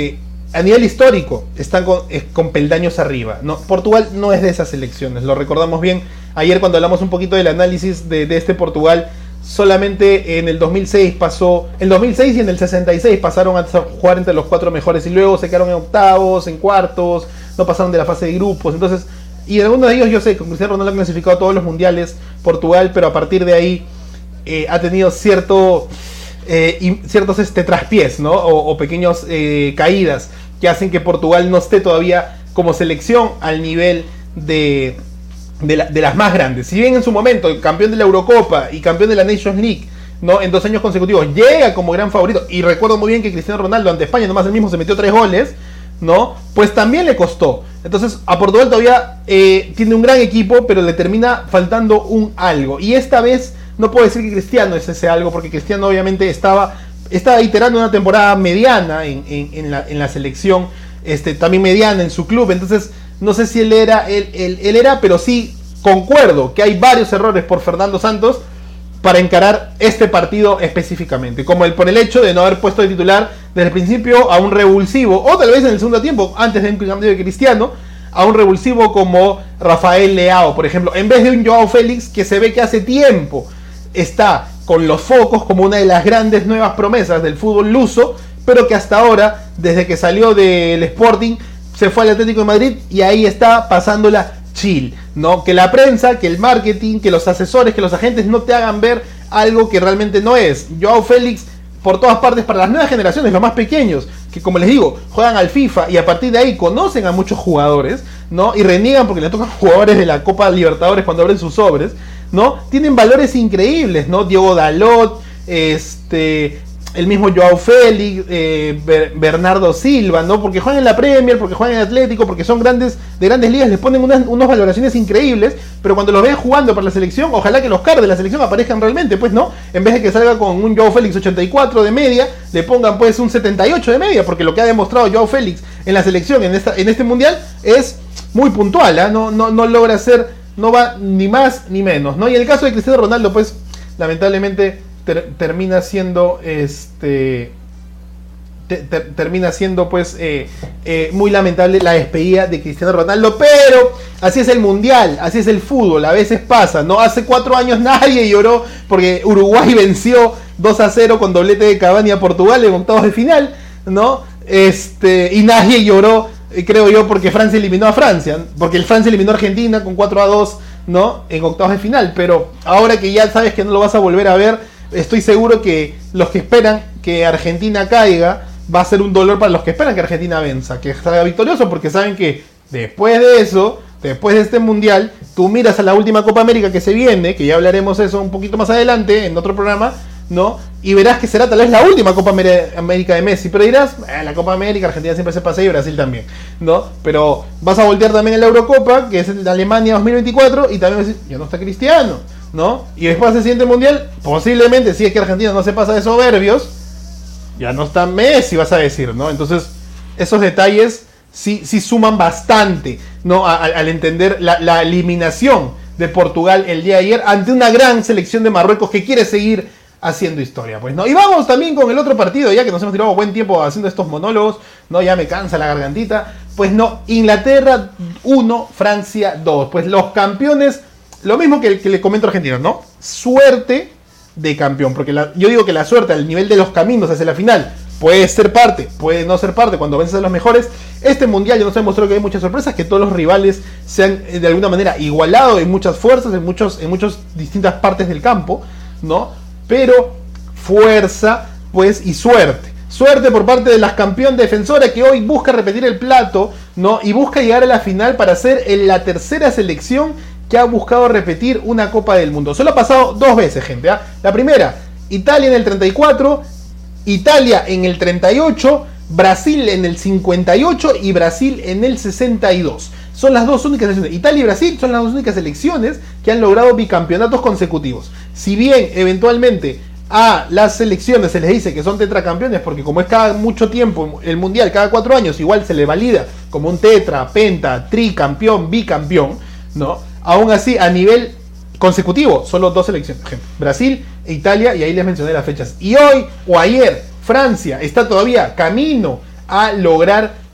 a nivel histórico están con, eh, con peldaños arriba, ¿no? Portugal no es de esas selecciones, lo recordamos bien ayer cuando hablamos un poquito del análisis de, de este Portugal. Solamente en el dos mil seis pasó, en el dos mil seis y en el sesenta y seis pasaron a jugar entre los cuatro mejores y luego se quedaron en octavos, en cuartos, no pasaron de la fase de grupos. Entonces, y en algunos de ellos yo sé, con Cristiano Ronaldo ha clasificado a todos los mundiales Portugal, pero a partir de ahí eh, ha tenido cierto, eh, y, ciertos este, traspiés, ¿no? O, o pequeños eh, caídas que hacen que Portugal no esté todavía como selección al nivel de... De, la, de las más grandes. Si bien en su momento campeón de la Eurocopa y campeón de la Nations League, ¿no? En dos años consecutivos llega como gran favorito, y recuerdo muy bien que Cristiano Ronaldo ante España nomás él mismo se metió tres goles, ¿no? Pues también le costó. Entonces a Portugal todavía eh, tiene un gran equipo, pero le termina faltando un algo, y esta vez no puedo decir que Cristiano es ese algo, porque Cristiano obviamente estaba, estaba iterando una temporada mediana en, en, en, la, en la selección, este, también mediana en su club. Entonces no sé si él era, él, él, él era, pero sí concuerdo que hay varios errores por Fernando Santos para encarar este partido específicamente, como el por el hecho de no haber puesto de titular desde el principio a un revulsivo, o tal vez en el segundo tiempo, antes de un cambio de Cristiano, a un revulsivo como Rafael Leao, por ejemplo, en vez de un Joao Félix que se ve que hace tiempo está con los focos como una de las grandes nuevas promesas del fútbol luso, pero que hasta ahora, desde que salió del Sporting, se fue al Atlético de Madrid y ahí está pasándola chill, ¿no? Que la prensa, que el marketing, que los asesores, que los agentes no te hagan ver algo que realmente no es. Joao Félix, por todas partes, para las nuevas generaciones, los más pequeños, que como les digo, juegan al FIFA y a partir de ahí conocen a muchos jugadores, ¿no? Y reniegan porque le tocan jugadores de la Copa Libertadores cuando abren sus sobres, ¿no? Tienen valores increíbles, ¿no? Diego Dalot, este... el mismo Joao Félix, eh, Ber- Bernardo Silva, ¿no? Porque juegan en la Premier, porque juegan en Atlético, porque son grandes, de grandes ligas, les ponen unas, unas valoraciones increíbles, pero cuando los ven jugando para la selección, ojalá que los caras de la selección aparezcan realmente, pues, ¿no? En vez de que salga con un Joao Félix ochenta y cuatro de media, le pongan pues un setenta y ocho de media, porque lo que ha demostrado Joao Félix en la selección, en, esta, en este mundial, es muy puntual, ¿eh? No, no, no logra ser, no va ni más ni menos, ¿no? Y en el caso de Cristiano Ronaldo, pues, lamentablemente Ter, termina siendo este ter, ter, termina siendo pues eh, eh, muy lamentable la despedida de Cristiano Ronaldo, pero así es el mundial, así es el fútbol, a veces pasa, ¿no? Hace cuatro años nadie lloró porque Uruguay venció dos a cero con doblete de Cavani a Portugal en octavos de final, ¿no? Este, y nadie lloró, creo yo, porque Francia eliminó a Francia, porque el Francia eliminó a Argentina con cuatro a dos, ¿no? En octavos de final, pero ahora que ya sabes que no lo vas a volver a ver, estoy seguro que los que esperan que Argentina caiga va a ser un dolor para los que esperan que Argentina venza, que salga victorioso, porque saben que después de eso, después de este mundial, tú miras a la última Copa América que se viene, que ya hablaremos eso un poquito más adelante en otro programa, ¿no? Y verás que será tal vez la última Copa América de Messi, pero dirás, eh, la Copa América, Argentina siempre se pasa y Brasil también, ¿no? Pero vas a voltear también en la Eurocopa, que es en Alemania dos mil veinticuatro, y también vas a decir, ya no está Cristiano, ¿no? Y después del siguiente mundial, posiblemente, si es que Argentina no se pasa de soberbios, ya no está Messi, vas a decir, ¿no? Entonces, esos detalles sí, sí suman bastante, ¿no? A, a, al entender la, la eliminación de Portugal el día de ayer ante una gran selección de Marruecos que quiere seguir haciendo historia, pues, ¿no? Y vamos también con el otro partido, ya que nos hemos tirado buen tiempo haciendo estos monólogos, ¿no? Ya me cansa la gargantita. Pues no, Inglaterra uno, Francia dos. Pues los campeones, lo mismo que, el, que le comento a Argentina, ¿no? Suerte de campeón, porque la, yo digo que la suerte al nivel de los caminos hacia la final puede ser parte, puede no ser parte cuando vences a los mejores. Este mundial ya nos ha demostrado que hay muchas sorpresas, que todos los rivales se han de alguna manera igualado en muchas fuerzas, en muchos, en muchas distintas partes del campo, ¿no? Pero fuerza, pues, y suerte. Suerte por parte de las campeón defensora que hoy busca repetir el plato, ¿no? Y busca llegar a la final para ser en la tercera selección que ha buscado repetir una Copa del Mundo. Solo ha pasado dos veces, gente, ¿eh? La primera, Italia en el treinta y cuatro, Italia en el treinta y ocho, Brasil en el cincuenta y ocho y Brasil en el sesenta y dos. Son las dos únicas selecciones. Italia y Brasil son las dos únicas selecciones que han logrado bicampeonatos consecutivos. Si bien eventualmente a las selecciones se les dice que son tetracampeones, porque como es cada mucho tiempo el mundial, cada cuatro años, igual se le valida como un tetra, penta, tricampeón, bicampeón, ¿no? Aún así, a nivel consecutivo, solo dos selecciones, ejemplo, Brasil e Italia, y ahí les mencioné las fechas. Y hoy o ayer, Francia está todavía camino a lograr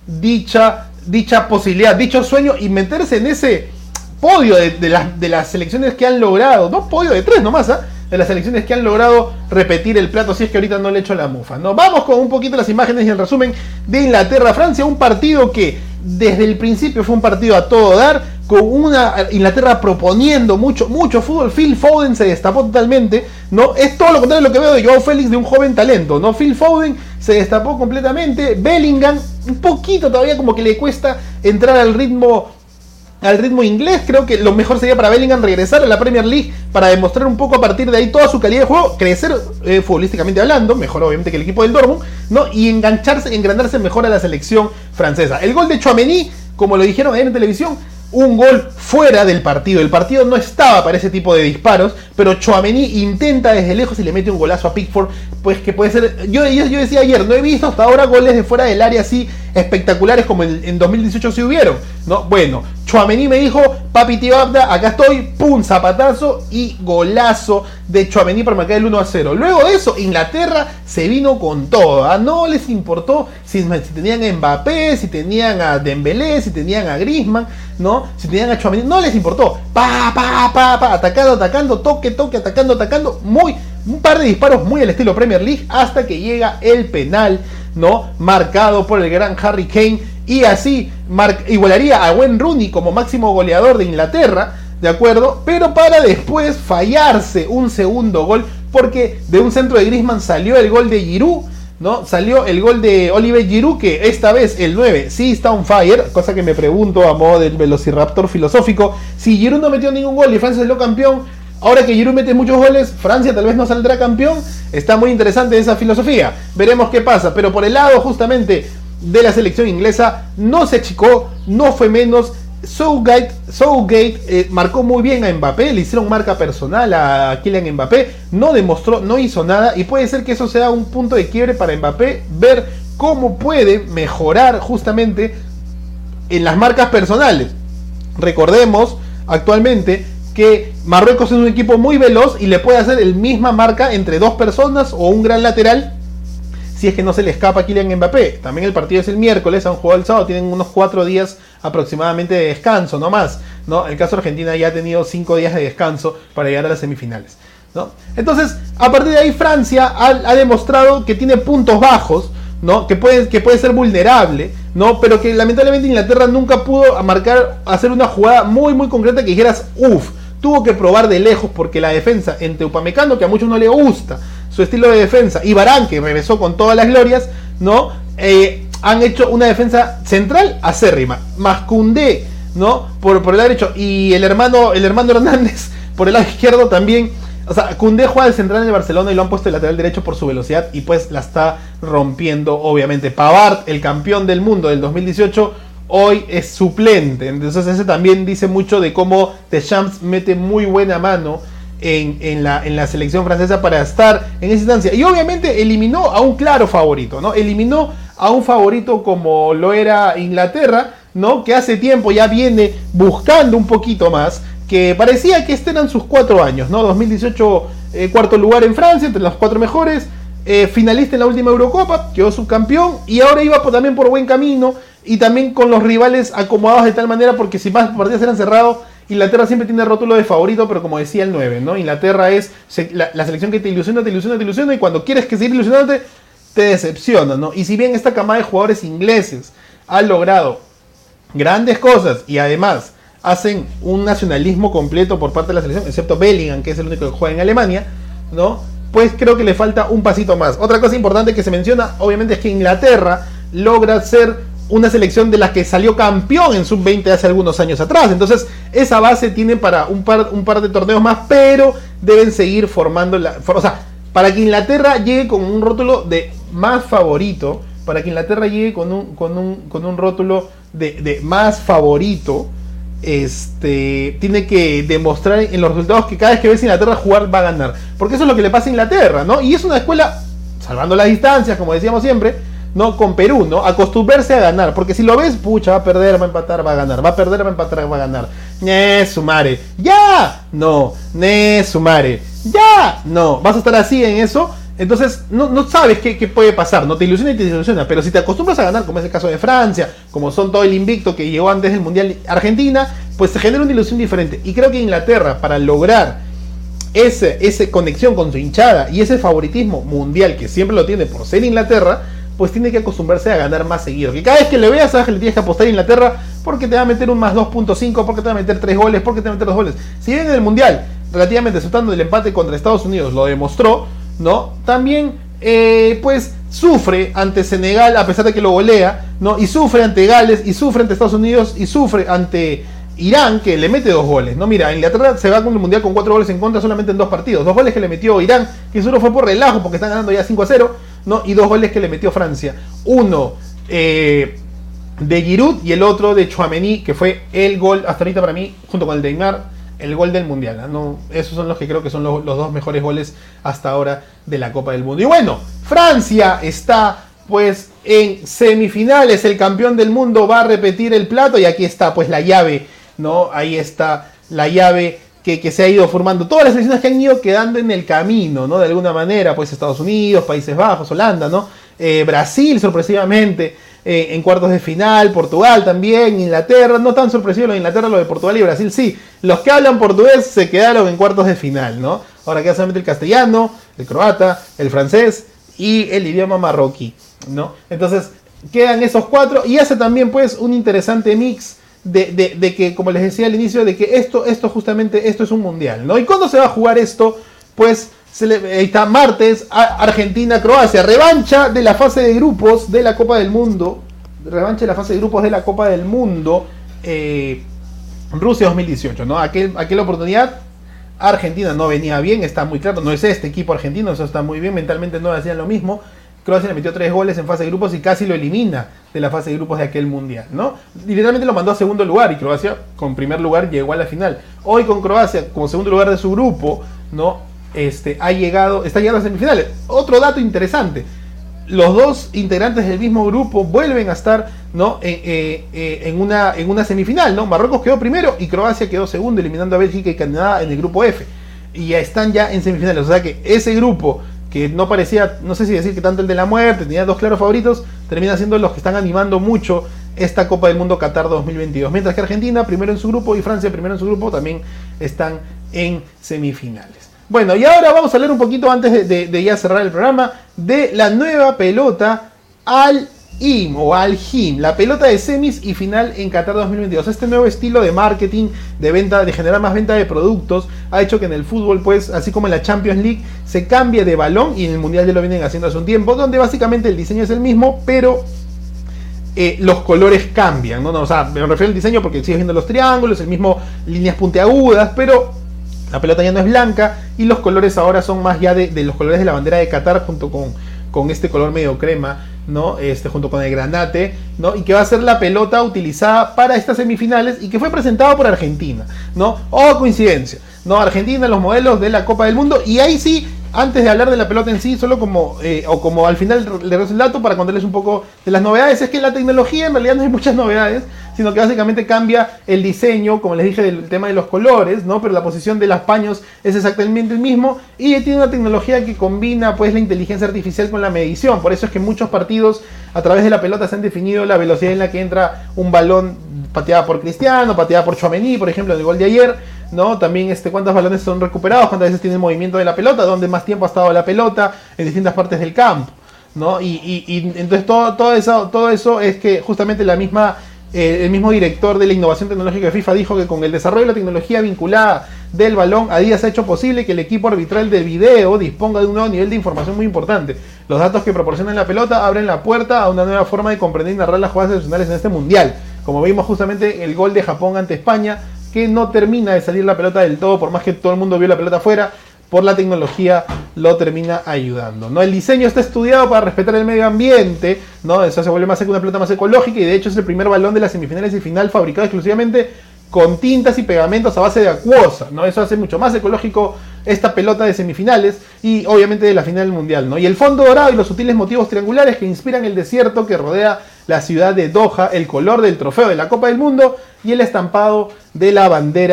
dicha, dicha posibilidad, dicho sueño y meterse en ese podio de, de, las, de las selecciones que han logrado, no podio de tres nomás, ¿eh? de las selecciones que han logrado repetir el plato, si es que ahorita no le echo la mufa, ¿no? Vamos con un poquito las imágenes y el resumen de Inglaterra-Francia, un partido que desde el principio fue un partido a todo dar, con una Inglaterra proponiendo mucho, mucho fútbol. Phil Foden se destapó totalmente, ¿no? Es todo lo contrario de lo que veo de Joao Félix, de un joven talento, ¿no? Phil Foden se destapó completamente. Bellingham, un poquito todavía como que le cuesta entrar al ritmo al ritmo inglés. Creo que lo mejor sería para Bellingham regresar a la Premier League para demostrar un poco a partir de ahí toda su calidad de juego, crecer eh, futbolísticamente hablando, mejor obviamente que el equipo del Dortmund, ¿no? Y engancharse, engrandarse mejor a la selección francesa. El gol de Tchouaméni, como lo dijeron ayer en televisión, un gol fuera del partido. El partido no estaba para ese tipo de disparos, pero Tchouaméni intenta desde lejos y le mete un golazo a Pickford, pues que puede ser, yo, yo decía ayer, no he visto hasta ahora goles de fuera del área así espectaculares como en, en dos mil dieciocho si hubieron, ¿no? Bueno, Tchouaméni me dijo, papi tío Abda, acá estoy, pum, zapatazo y golazo de Tchouaméni para marcar el uno a cero. Luego de eso, Inglaterra se vino con todo, ¿eh? No les importó si, si tenían a Mbappé, si tenían a Dembélé, si tenían a Griezmann, ¿no? Si tenían a Tchouaméni, no les importó. Pa, pa, pa, pa, atacando, atacando, toque, toque, atacando, atacando, muy, un par de disparos muy al estilo Premier League hasta que llega el penal, ¿no? Marcado por el gran Harry Kane y así mar- igualaría a Wayne Rooney como máximo goleador de Inglaterra, ¿de acuerdo? Pero para después fallarse un segundo gol porque de un centro de Griezmann salió el gol de Giroud, ¿no? Salió el gol de Olivier Giroud, que esta vez el nueve sí está on fire, cosa que me pregunto a modo del velociraptor filosófico, si Giroud no metió ningún gol y Francia salió campeón, ahora que Giroud mete muchos goles, Francia tal vez no saldrá campeón. Está muy interesante esa filosofía, veremos qué pasa, pero por el lado justamente de la selección inglesa no se achicó, no fue menos. Southgate, Southgate eh, marcó muy bien a Mbappé, le hicieron marca personal a Kylian Mbappé, no demostró, no hizo nada y puede ser que eso sea un punto de quiebre para Mbappé, ver cómo puede mejorar justamente en las marcas personales. Recordemos actualmente que Marruecos es un equipo muy veloz y le puede hacer el misma marca entre dos personas o un gran lateral si es que no se le escapa a Kylian Mbappé. También el partido es el miércoles, han jugado el sábado, tienen unos cuatro días aproximadamente de descanso, no más, ¿no? El caso de Argentina ya ha tenido cinco días de descanso para llegar a las semifinales, ¿no? Entonces, a partir de ahí Francia ha, ha demostrado que tiene puntos bajos, ¿no? Que puede, que puede ser vulnerable, ¿no? Pero que lamentablemente Inglaterra nunca pudo marcar, hacer una jugada muy muy concreta que dijeras, uff, tuvo que probar de lejos porque la defensa entre Upamecano, que a muchos no le gusta su estilo de defensa, y Varane, que regresó con todas las glorias, ¿no? Eh, han hecho una defensa central acérrima. Más Koundé, ¿no? Por, por el lado derecho, y el hermano, el hermano Hernández por el lado izquierdo también. O sea, Koundé juega de central en el Barcelona y lo han puesto de lateral derecho por su velocidad y pues la está rompiendo, obviamente. Pavard, el campeón del mundo del dos mil dieciocho, hoy es suplente. Entonces ese también dice mucho de cómo Deschamps mete muy buena mano En, en, la, en la selección francesa para estar en esa instancia. Y obviamente eliminó a un claro favorito, ¿no? Eliminó a un favorito como lo era Inglaterra, ¿no? Que hace tiempo ya viene buscando un poquito más, que parecía que este eran sus cuatro años, ¿no? dos mil dieciocho, eh, cuarto lugar en Francia, entre los cuatro mejores, eh, finalista en la última Eurocopa, quedó subcampeón, y ahora iba por, también por buen camino, y también con los rivales acomodados de tal manera, porque si más partidos eran cerrados, Inglaterra siempre tiene rótulo de favorito, pero como decía el nueve, ¿no? Inglaterra es se, la, la selección que te ilusiona, te ilusiona, te ilusiona, y cuando quieres que seguir ilusionándote, te decepciona, ¿no? Y si bien esta camada de jugadores ingleses ha logrado grandes cosas y además hacen un nacionalismo completo por parte de la selección, excepto Bellingham, que es el único que juega en Alemania, ¿no? Pues creo que le falta un pasito más. Otra cosa importante que se menciona, obviamente, es que Inglaterra logra ser una selección de la que salió campeón en sub veinte hace algunos años atrás. Entonces esa base tiene para un par, un par de torneos más, pero deben seguir formando la, for, o sea, para que Inglaterra llegue con un rótulo de más favorito, para que Inglaterra llegue con un, con un, con un rótulo de, de más favorito, este, tiene que demostrar en los resultados que cada vez que ves a Inglaterra jugar va a ganar, porque eso es lo que le pasa a Inglaterra, ¿no? Y es una escuela, salvando las distancias, como decíamos siempre, ¿no? Con Perú, ¿no? Acostumbrarse a ganar, porque si lo ves, pucha, va a perder, va a empatar, va a ganar, va a perder, va a empatar, va a ganar. Ne, sumare, ya, no, ne, sumare, ya, no, vas a estar así en eso, Entonces no, no sabes qué, qué puede pasar, no te ilusiona y te desilusiona, pero si te acostumbras a ganar, como es el caso de Francia, como son todo el invicto que llegó antes del Mundial Argentina, pues se genera una ilusión diferente. Y creo que Inglaterra, para lograr ese, esa conexión con su hinchada y ese favoritismo mundial que siempre lo tiene por ser Inglaterra, pues tiene que acostumbrarse a ganar más seguido. Que cada vez que le veas, sabes que le tienes que apostar a Inglaterra porque te va a meter un más dos punto cinco, porque te va a meter tres goles, porque te va a meter dos goles. Si bien en el Mundial, relativamente aceptando el empate contra Estados Unidos, lo demostró, ¿no? También, eh, pues, sufre ante Senegal, a pesar de que lo golea, ¿no? Y sufre ante Gales, y sufre ante Estados Unidos, y sufre ante Irán, que le mete dos goles, ¿no? Mira, Inglaterra se va con el Mundial con cuatro goles en contra solamente en dos partidos. Dos goles que le metió Irán, que solo fue por relajo, porque están ganando ya cinco a cero, ¿no? Y dos goles que le metió Francia. Uno eh, de Giroud y el otro de Tchouaméni, que fue el gol, hasta ahorita para mí, junto con el de Neymar, el gol del Mundial, ¿no? Esos son los que creo que son los, los dos mejores goles hasta ahora de la Copa del Mundo. Y bueno, Francia está pues en semifinales, el campeón del mundo va a repetir el plato y aquí está pues la llave, ¿no? Ahí está la llave que, que se ha ido formando. Todas las selecciones que han ido quedando en el camino, ¿no? De alguna manera, pues Estados Unidos, Países Bajos, Holanda, ¿no? Eh, Brasil, sorpresivamente, eh, en cuartos de final, Portugal también, Inglaterra, no tan sorpresivo lo de Inglaterra, lo de Portugal y Brasil, sí. Los que hablan portugués se quedaron en cuartos de final, ¿no? Ahora queda solamente el castellano, el croata, el francés y el idioma marroquí, ¿no? Entonces, quedan esos cuatro y hace también, pues, un interesante mix De, de, de que, como les decía al inicio, de que esto, esto justamente, esto es un mundial, ¿no? ¿Y cuándo se va a jugar esto? Pues, se le, ahí está, martes, Argentina-Croacia, revancha de la fase de grupos de la Copa del Mundo, revancha de la fase de grupos de la Copa del Mundo, eh, Rusia dos mil dieciocho, ¿no? Aquel, aquella oportunidad, Argentina no venía bien, está muy claro, no es este equipo argentino, eso está muy bien, mentalmente no hacían lo mismo. Croacia le metió tres goles en fase de grupos y casi lo elimina de la fase de grupos de aquel mundial, ¿no? Literalmente lo mandó a segundo lugar y Croacia con primer lugar llegó a la final. Hoy con Croacia como segundo lugar de su grupo, ¿no? Este, ha llegado, está llegando a semifinales. Otro dato interesante, los dos integrantes del mismo grupo vuelven a estar, ¿no? Eh, eh, eh, en, una, en una semifinal, ¿no? Marruecos quedó primero y Croacia quedó segundo, eliminando a Bélgica y Canadá en el grupo F. Y ya están ya en semifinales, o sea que ese grupo que no parecía, no sé si decir que tanto el de la muerte, tenía dos claros favoritos, termina siendo los que están animando mucho esta Copa del Mundo Qatar dos mil veintidós. Mientras que Argentina, primero en su grupo, y Francia, primero en su grupo, también están en semifinales. Bueno, y ahora vamos a hablar un poquito, antes de, de, de ya cerrar el programa, de la nueva pelota Al-Him o Al-Him, la pelota de semis y final en Qatar dos mil veintidós. Este nuevo estilo de marketing, de venta, de generar más venta de productos, ha hecho que en el fútbol, pues, así como en la Champions League, se cambie de balón, y en el Mundial ya lo vienen haciendo hace un tiempo, donde básicamente el diseño es el mismo, pero eh, los colores cambian, ¿no? No, o sea, me refiero al diseño porque sigues viendo los triángulos, el mismo líneas puntiagudas, pero la pelota ya no es blanca y los colores ahora son más ya de, de los colores de la bandera de Qatar, junto con, con este color medio crema, ¿no? Este, junto con el granate, ¿no? Y que va a ser la pelota utilizada para estas semifinales y que fue presentado por Argentina, ¿no? Oh, coincidencia, ¿no? Argentina, los modelos de la Copa del Mundo. Y ahí sí, antes de hablar de la pelota en sí, solo como, eh, o como al final le doy el dato para contarles un poco de las novedades, es que la tecnología en realidad no hay muchas novedades, sino que básicamente cambia el diseño, como les dije, del tema de los colores, ¿no? Pero la posición de los paños es exactamente el mismo y tiene una tecnología que combina, pues, la inteligencia artificial con la medición. Por eso es que en muchos partidos a través de la pelota se han definido la velocidad en la que entra un balón pateada por Cristiano, pateada por Tchouaméni, por ejemplo, en el gol de ayer, ¿no? También este, cuántos balones son recuperados, cuántas veces tiene el movimiento de la pelota, dónde más tiempo ha estado la pelota en distintas partes del campo, ¿no? Y, y, y entonces todo, todo, eso, todo eso es que justamente la misma, eh, el mismo director de la innovación tecnológica de FIFA dijo que con el desarrollo de la tecnología vinculada del balón, Adidas ha hecho posible que el equipo arbitral del video disponga de un nuevo nivel de información muy importante. Los datos que proporciona la pelota abren la puerta a una nueva forma de comprender y narrar las jugadas excepcionales en este mundial. Como vimos justamente el gol de Japón ante España, que no termina de salir la pelota del todo, por más que todo el mundo vio la pelota afuera, por la tecnología lo termina ayudando, ¿no? El diseño está estudiado para respetar el medio ambiente, ¿no? Eso se vuelve más una pelota más ecológica y de hecho es el primer balón de las semifinales y final fabricado exclusivamente con tintas y pegamentos a base de acuosa, ¿no? Eso hace mucho más ecológico esta pelota de semifinales y obviamente de la final del mundial, ¿no? Y el fondo dorado y los sutiles motivos triangulares que inspiran el desierto que rodea la ciudad de Doha, el color del trofeo de la Copa del Mundo y el estampado de la bandera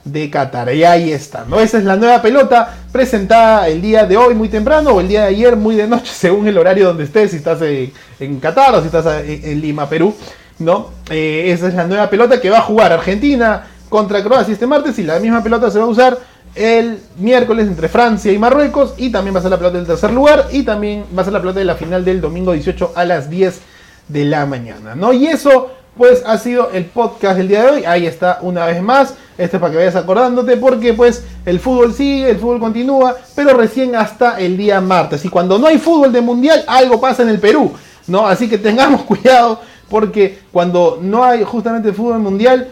de Qatar. Y ahí está, ¿no? Esa es la nueva pelota presentada el día de hoy muy temprano o el día de ayer muy de noche, según el horario donde estés, si estás en, en Qatar o si estás en, en Lima, Perú, ¿no? Eh, esa es la nueva pelota que va a jugar Argentina contra Croacia este martes, y la misma pelota se va a usar el miércoles entre Francia y Marruecos, y también va a ser la pelota del tercer lugar, y también va a ser la pelota de la final del domingo dieciocho a las diez de la mañana, ¿no? Y eso pues ha sido el podcast del día de hoy. Ahí está una vez más. Este es para que vayas acordándote, porque pues el fútbol sigue, el fútbol continúa, pero recién hasta el día martes. Y cuando no hay fútbol de mundial, algo pasa en el Perú, ¿no? Así que tengamos cuidado, porque cuando no hay justamente fútbol mundial,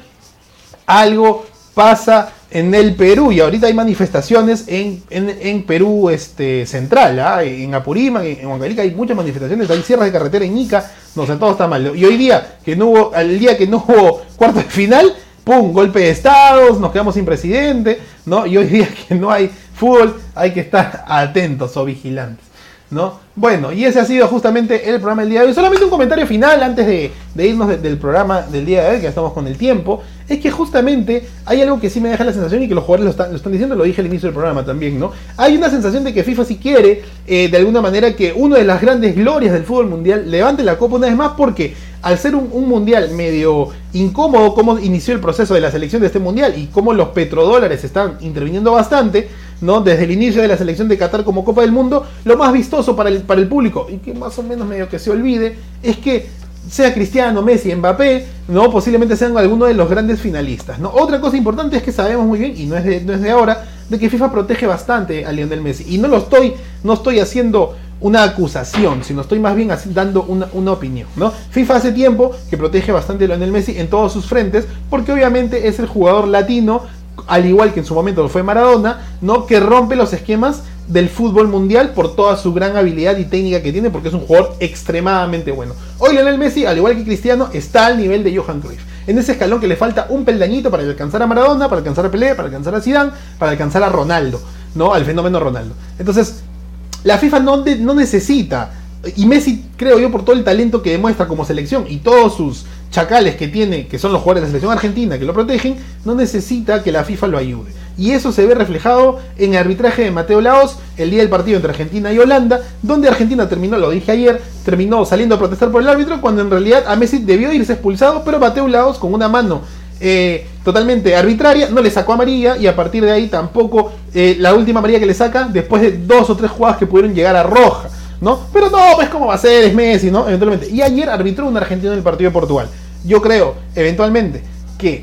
algo pasa en el Perú. Y ahorita hay manifestaciones en, en, en Perú este, central, ¿eh? En Apurímac, en, en Huancavelica hay muchas manifestaciones, hay cierres de carretera en Ica, no sé, todo está mal. Y hoy día, que no hubo, el día que no hubo cuarto de final, ¡pum! Golpe de estados, nos quedamos sin presidente, ¿no? Y hoy día que no hay fútbol, hay que estar atentos o vigilantes, ¿no? Bueno, y ese ha sido justamente el programa del día de hoy. Solamente un comentario final antes de, de irnos de, del programa del día de hoy, que ya estamos con el tiempo. Es que justamente hay algo que sí me deja la sensación, y que los jugadores lo están, lo están diciendo, lo dije al inicio del programa también, ¿no? Hay una sensación de que FIFA sí quiere, eh, de alguna manera, que una de las grandes glorias del fútbol mundial levante la copa una vez más, porque al ser un, un mundial medio incómodo, cómo inició el proceso de la selección de este mundial y cómo los petrodólares están interviniendo bastante, ¿no? Desde el inicio de la selección de Qatar como Copa del Mundo, lo más vistoso para el, para el público, y que más o menos medio que se olvide, es que sea Cristiano, Messi, Mbappé, ¿no? Posiblemente sean algunos de los grandes finalistas, ¿no? Otra cosa importante es que sabemos muy bien, y no es de, no es de ahora, de que FIFA protege bastante a Lionel Messi. Y no lo estoy, no estoy haciendo una acusación, sino estoy más bien así, dando una, una opinión, ¿no? FIFA hace tiempo que protege bastante a Lionel Messi en todos sus frentes, porque obviamente es el jugador latino, al igual que en su momento lo fue Maradona, ¿no? Que rompe los esquemas del fútbol mundial por toda su gran habilidad y técnica que tiene, porque es un jugador extremadamente bueno. Hoy Lionel Messi, al igual que Cristiano, está al nivel de Johan Cruyff, en ese escalón que le falta un peldañito para alcanzar a Maradona, para alcanzar a Pelé, para alcanzar a Zidane, para alcanzar a Ronaldo, ¿no? Al fenómeno Ronaldo. Entonces, la FIFA no, de, no necesita, y Messi, creo yo, por todo el talento que demuestra como selección y todos sus chacales que tiene, que son los jugadores de la selección argentina que lo protegen, no necesita que la FIFA lo ayude. Y eso se ve reflejado en el arbitraje de Mateo Laoz el día del partido entre Argentina y Holanda, donde Argentina terminó, lo dije ayer, terminó saliendo a protestar por el árbitro, cuando en realidad a Messi debió irse expulsado, pero Mateo Laoz, con una mano eh, totalmente arbitraria, no le sacó amarilla, y a partir de ahí tampoco eh, la última amarilla que le saca, después de dos o tres jugadas que pudieron llegar a roja, ¿no? Pero no, pues cómo va a ser, es Messi, ¿no? Eventualmente. Y ayer arbitró un argentino en el partido de Portugal. Yo creo, eventualmente, que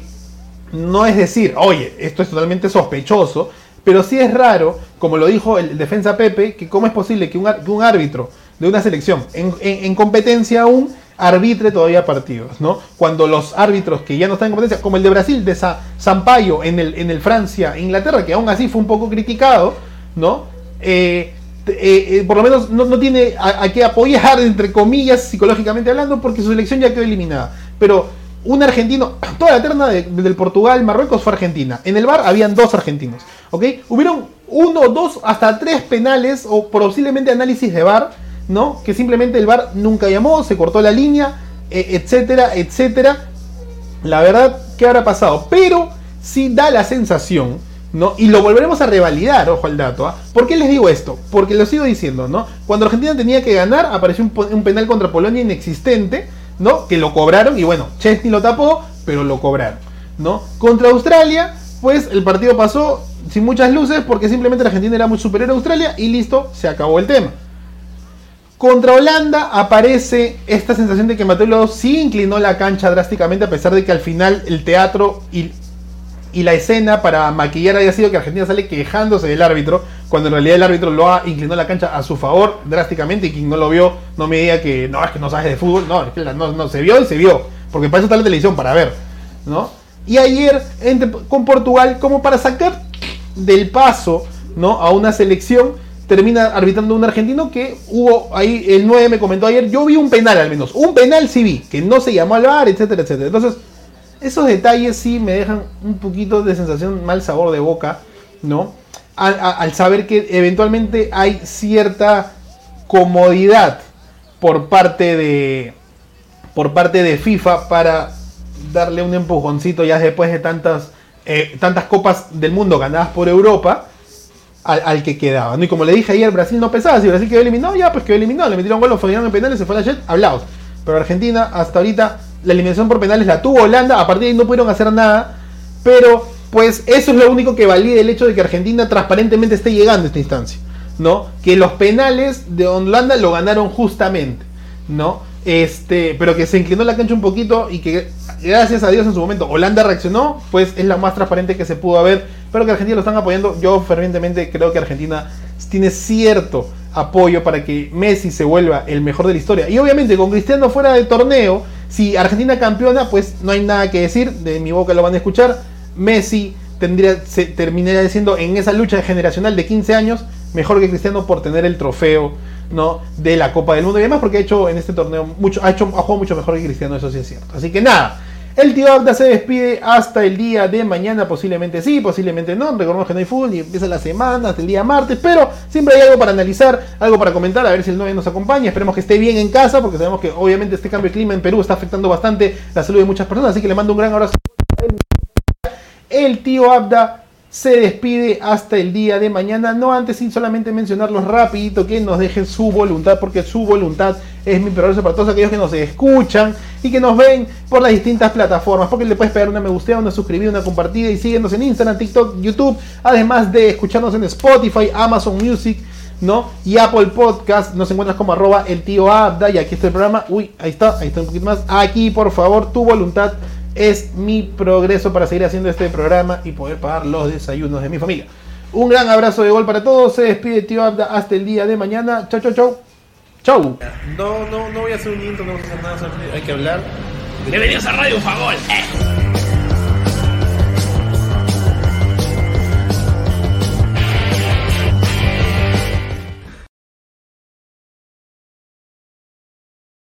no es decir, oye, esto es totalmente sospechoso, pero sí es raro, como lo dijo el defensa Pepe, que cómo es posible que un, que un árbitro de una selección en, en, en competencia aún arbitre todavía partidos, ¿no? Cuando los árbitros que ya no están en competencia, como el de Brasil, de Sa, Sampaio en el, en el Francia-Inglaterra, que aún así fue un poco criticado, ¿no? Eh, Eh, eh, por lo menos no, no tiene a, a qué apoyar, entre comillas, psicológicamente hablando, porque su selección ya quedó eliminada. Pero un argentino, toda la terna de, de, del Portugal, Marruecos fue Argentina. En el V A R habían dos argentinos, ¿ok? Hubieron uno, dos, hasta tres penales, o posiblemente análisis de V A R, ¿no? Que simplemente el V A R nunca llamó, se cortó la línea, eh, etcétera, etcétera. La verdad, ¿qué habrá pasado? Pero sí da la sensación, ¿no? Y lo volveremos a revalidar, ojo al dato, ¿eh? ¿Por qué les digo esto? Porque lo sigo diciendo, ¿no? Cuando Argentina tenía que ganar, apareció un, un penal contra Polonia inexistente, ¿no? Que lo cobraron, y bueno, Chesney lo tapó, pero lo cobraron, ¿no? Contra Australia, pues el partido pasó sin muchas luces, porque simplemente la Argentina era muy superior a Australia, y listo, se acabó el tema. Contra Holanda aparece esta sensación de que Mateo Laoz sí inclinó la cancha drásticamente, a pesar de que al final el teatro y Y la escena para maquillar haya sido que Argentina sale quejándose del árbitro, cuando en realidad el árbitro lo ha inclinado la cancha a su favor drásticamente, y quien no lo vio no me diga que no, es que no sabes de fútbol. No, es que no, no se vio y se vio, porque para eso está la televisión, para ver, ¿no? Y ayer entre, con Portugal, como para sacar del paso, ¿no?, a una selección, termina arbitrando un argentino que hubo ahí, el nueve me comentó ayer, yo vi un penal al menos, un penal sí vi, que no se llamó al V A R, etcétera, etcétera. Entonces, esos detalles sí me dejan un poquito de sensación, mal sabor de boca, ¿no? Al, a, al saber que eventualmente hay cierta comodidad por parte de por parte de FIFA para darle un empujoncito ya después de tantas eh, tantas copas del mundo ganadas por Europa al, al que quedaba, ¿no? Y como le dije ayer, Brasil no pesaba, si Brasil quedó eliminado, ya pues quedó eliminado, le metieron gol, lo fallaron en penales, se fue a la jet, hablaos. Pero Argentina hasta ahorita la eliminación por penales la tuvo Holanda, a partir de ahí no pudieron hacer nada, pero pues eso es lo único que valida el hecho de que Argentina transparentemente esté llegando a esta instancia, ¿no? Que los penales de Holanda lo ganaron justamente, ¿no? Este, pero que se inclinó la cancha un poquito y que gracias a Dios en su momento Holanda reaccionó, pues es la más transparente que se pudo haber, pero que Argentina lo están apoyando. Yo fervientemente creo que Argentina tiene cierto apoyo para que Messi se vuelva el mejor de la historia, y obviamente con Cristiano fuera del torneo, si Argentina campeona, pues no hay nada que decir, de mi boca lo van a escuchar. Messi tendría, se terminaría siendo en esa lucha generacional de quince años mejor que Cristiano por tener el trofeo, ¿no?, de la Copa del Mundo, y además porque ha hecho en este torneo mucho, ha hecho ha jugado mucho mejor que Cristiano, eso sí es cierto. Así que nada, el tío Abda se despide hasta el día de mañana, posiblemente sí, posiblemente no, recordemos que no hay fútbol y empieza la semana hasta el día martes, pero siempre hay algo para analizar, algo para comentar, a ver si el nueve nos acompaña, esperemos que esté bien en casa, porque sabemos que obviamente este cambio de clima en Perú está afectando bastante la salud de muchas personas, así que le mando un gran abrazo. El tío Abda se despide hasta el día de mañana, no antes sin solamente mencionarlos rapidito, que nos dejen su voluntad, porque su voluntad es mi progreso para todos aquellos que nos escuchan y que nos ven por las distintas plataformas, porque le puedes pegar una me gusteada, una suscribida, una compartida y síguenos en Instagram, TikTok, YouTube, además de escucharnos en Spotify, Amazon Music, ¿no? Y Apple Podcast. Nos encuentras como arroba el tío Abda, y aquí está el programa, uy, ahí está, ahí está un poquito más, aquí por favor, tu voluntad es mi progreso para seguir haciendo este programa y poder pagar los desayunos de mi familia. Un gran abrazo de gol para todos. Se despide tío Abda hasta el día de mañana. Chau, chau, chau. Chau. No, no, no voy a hacer un intro, no voy a hacer nada, hay que hablar. Bienvenidos a Radio Fagol. Eh.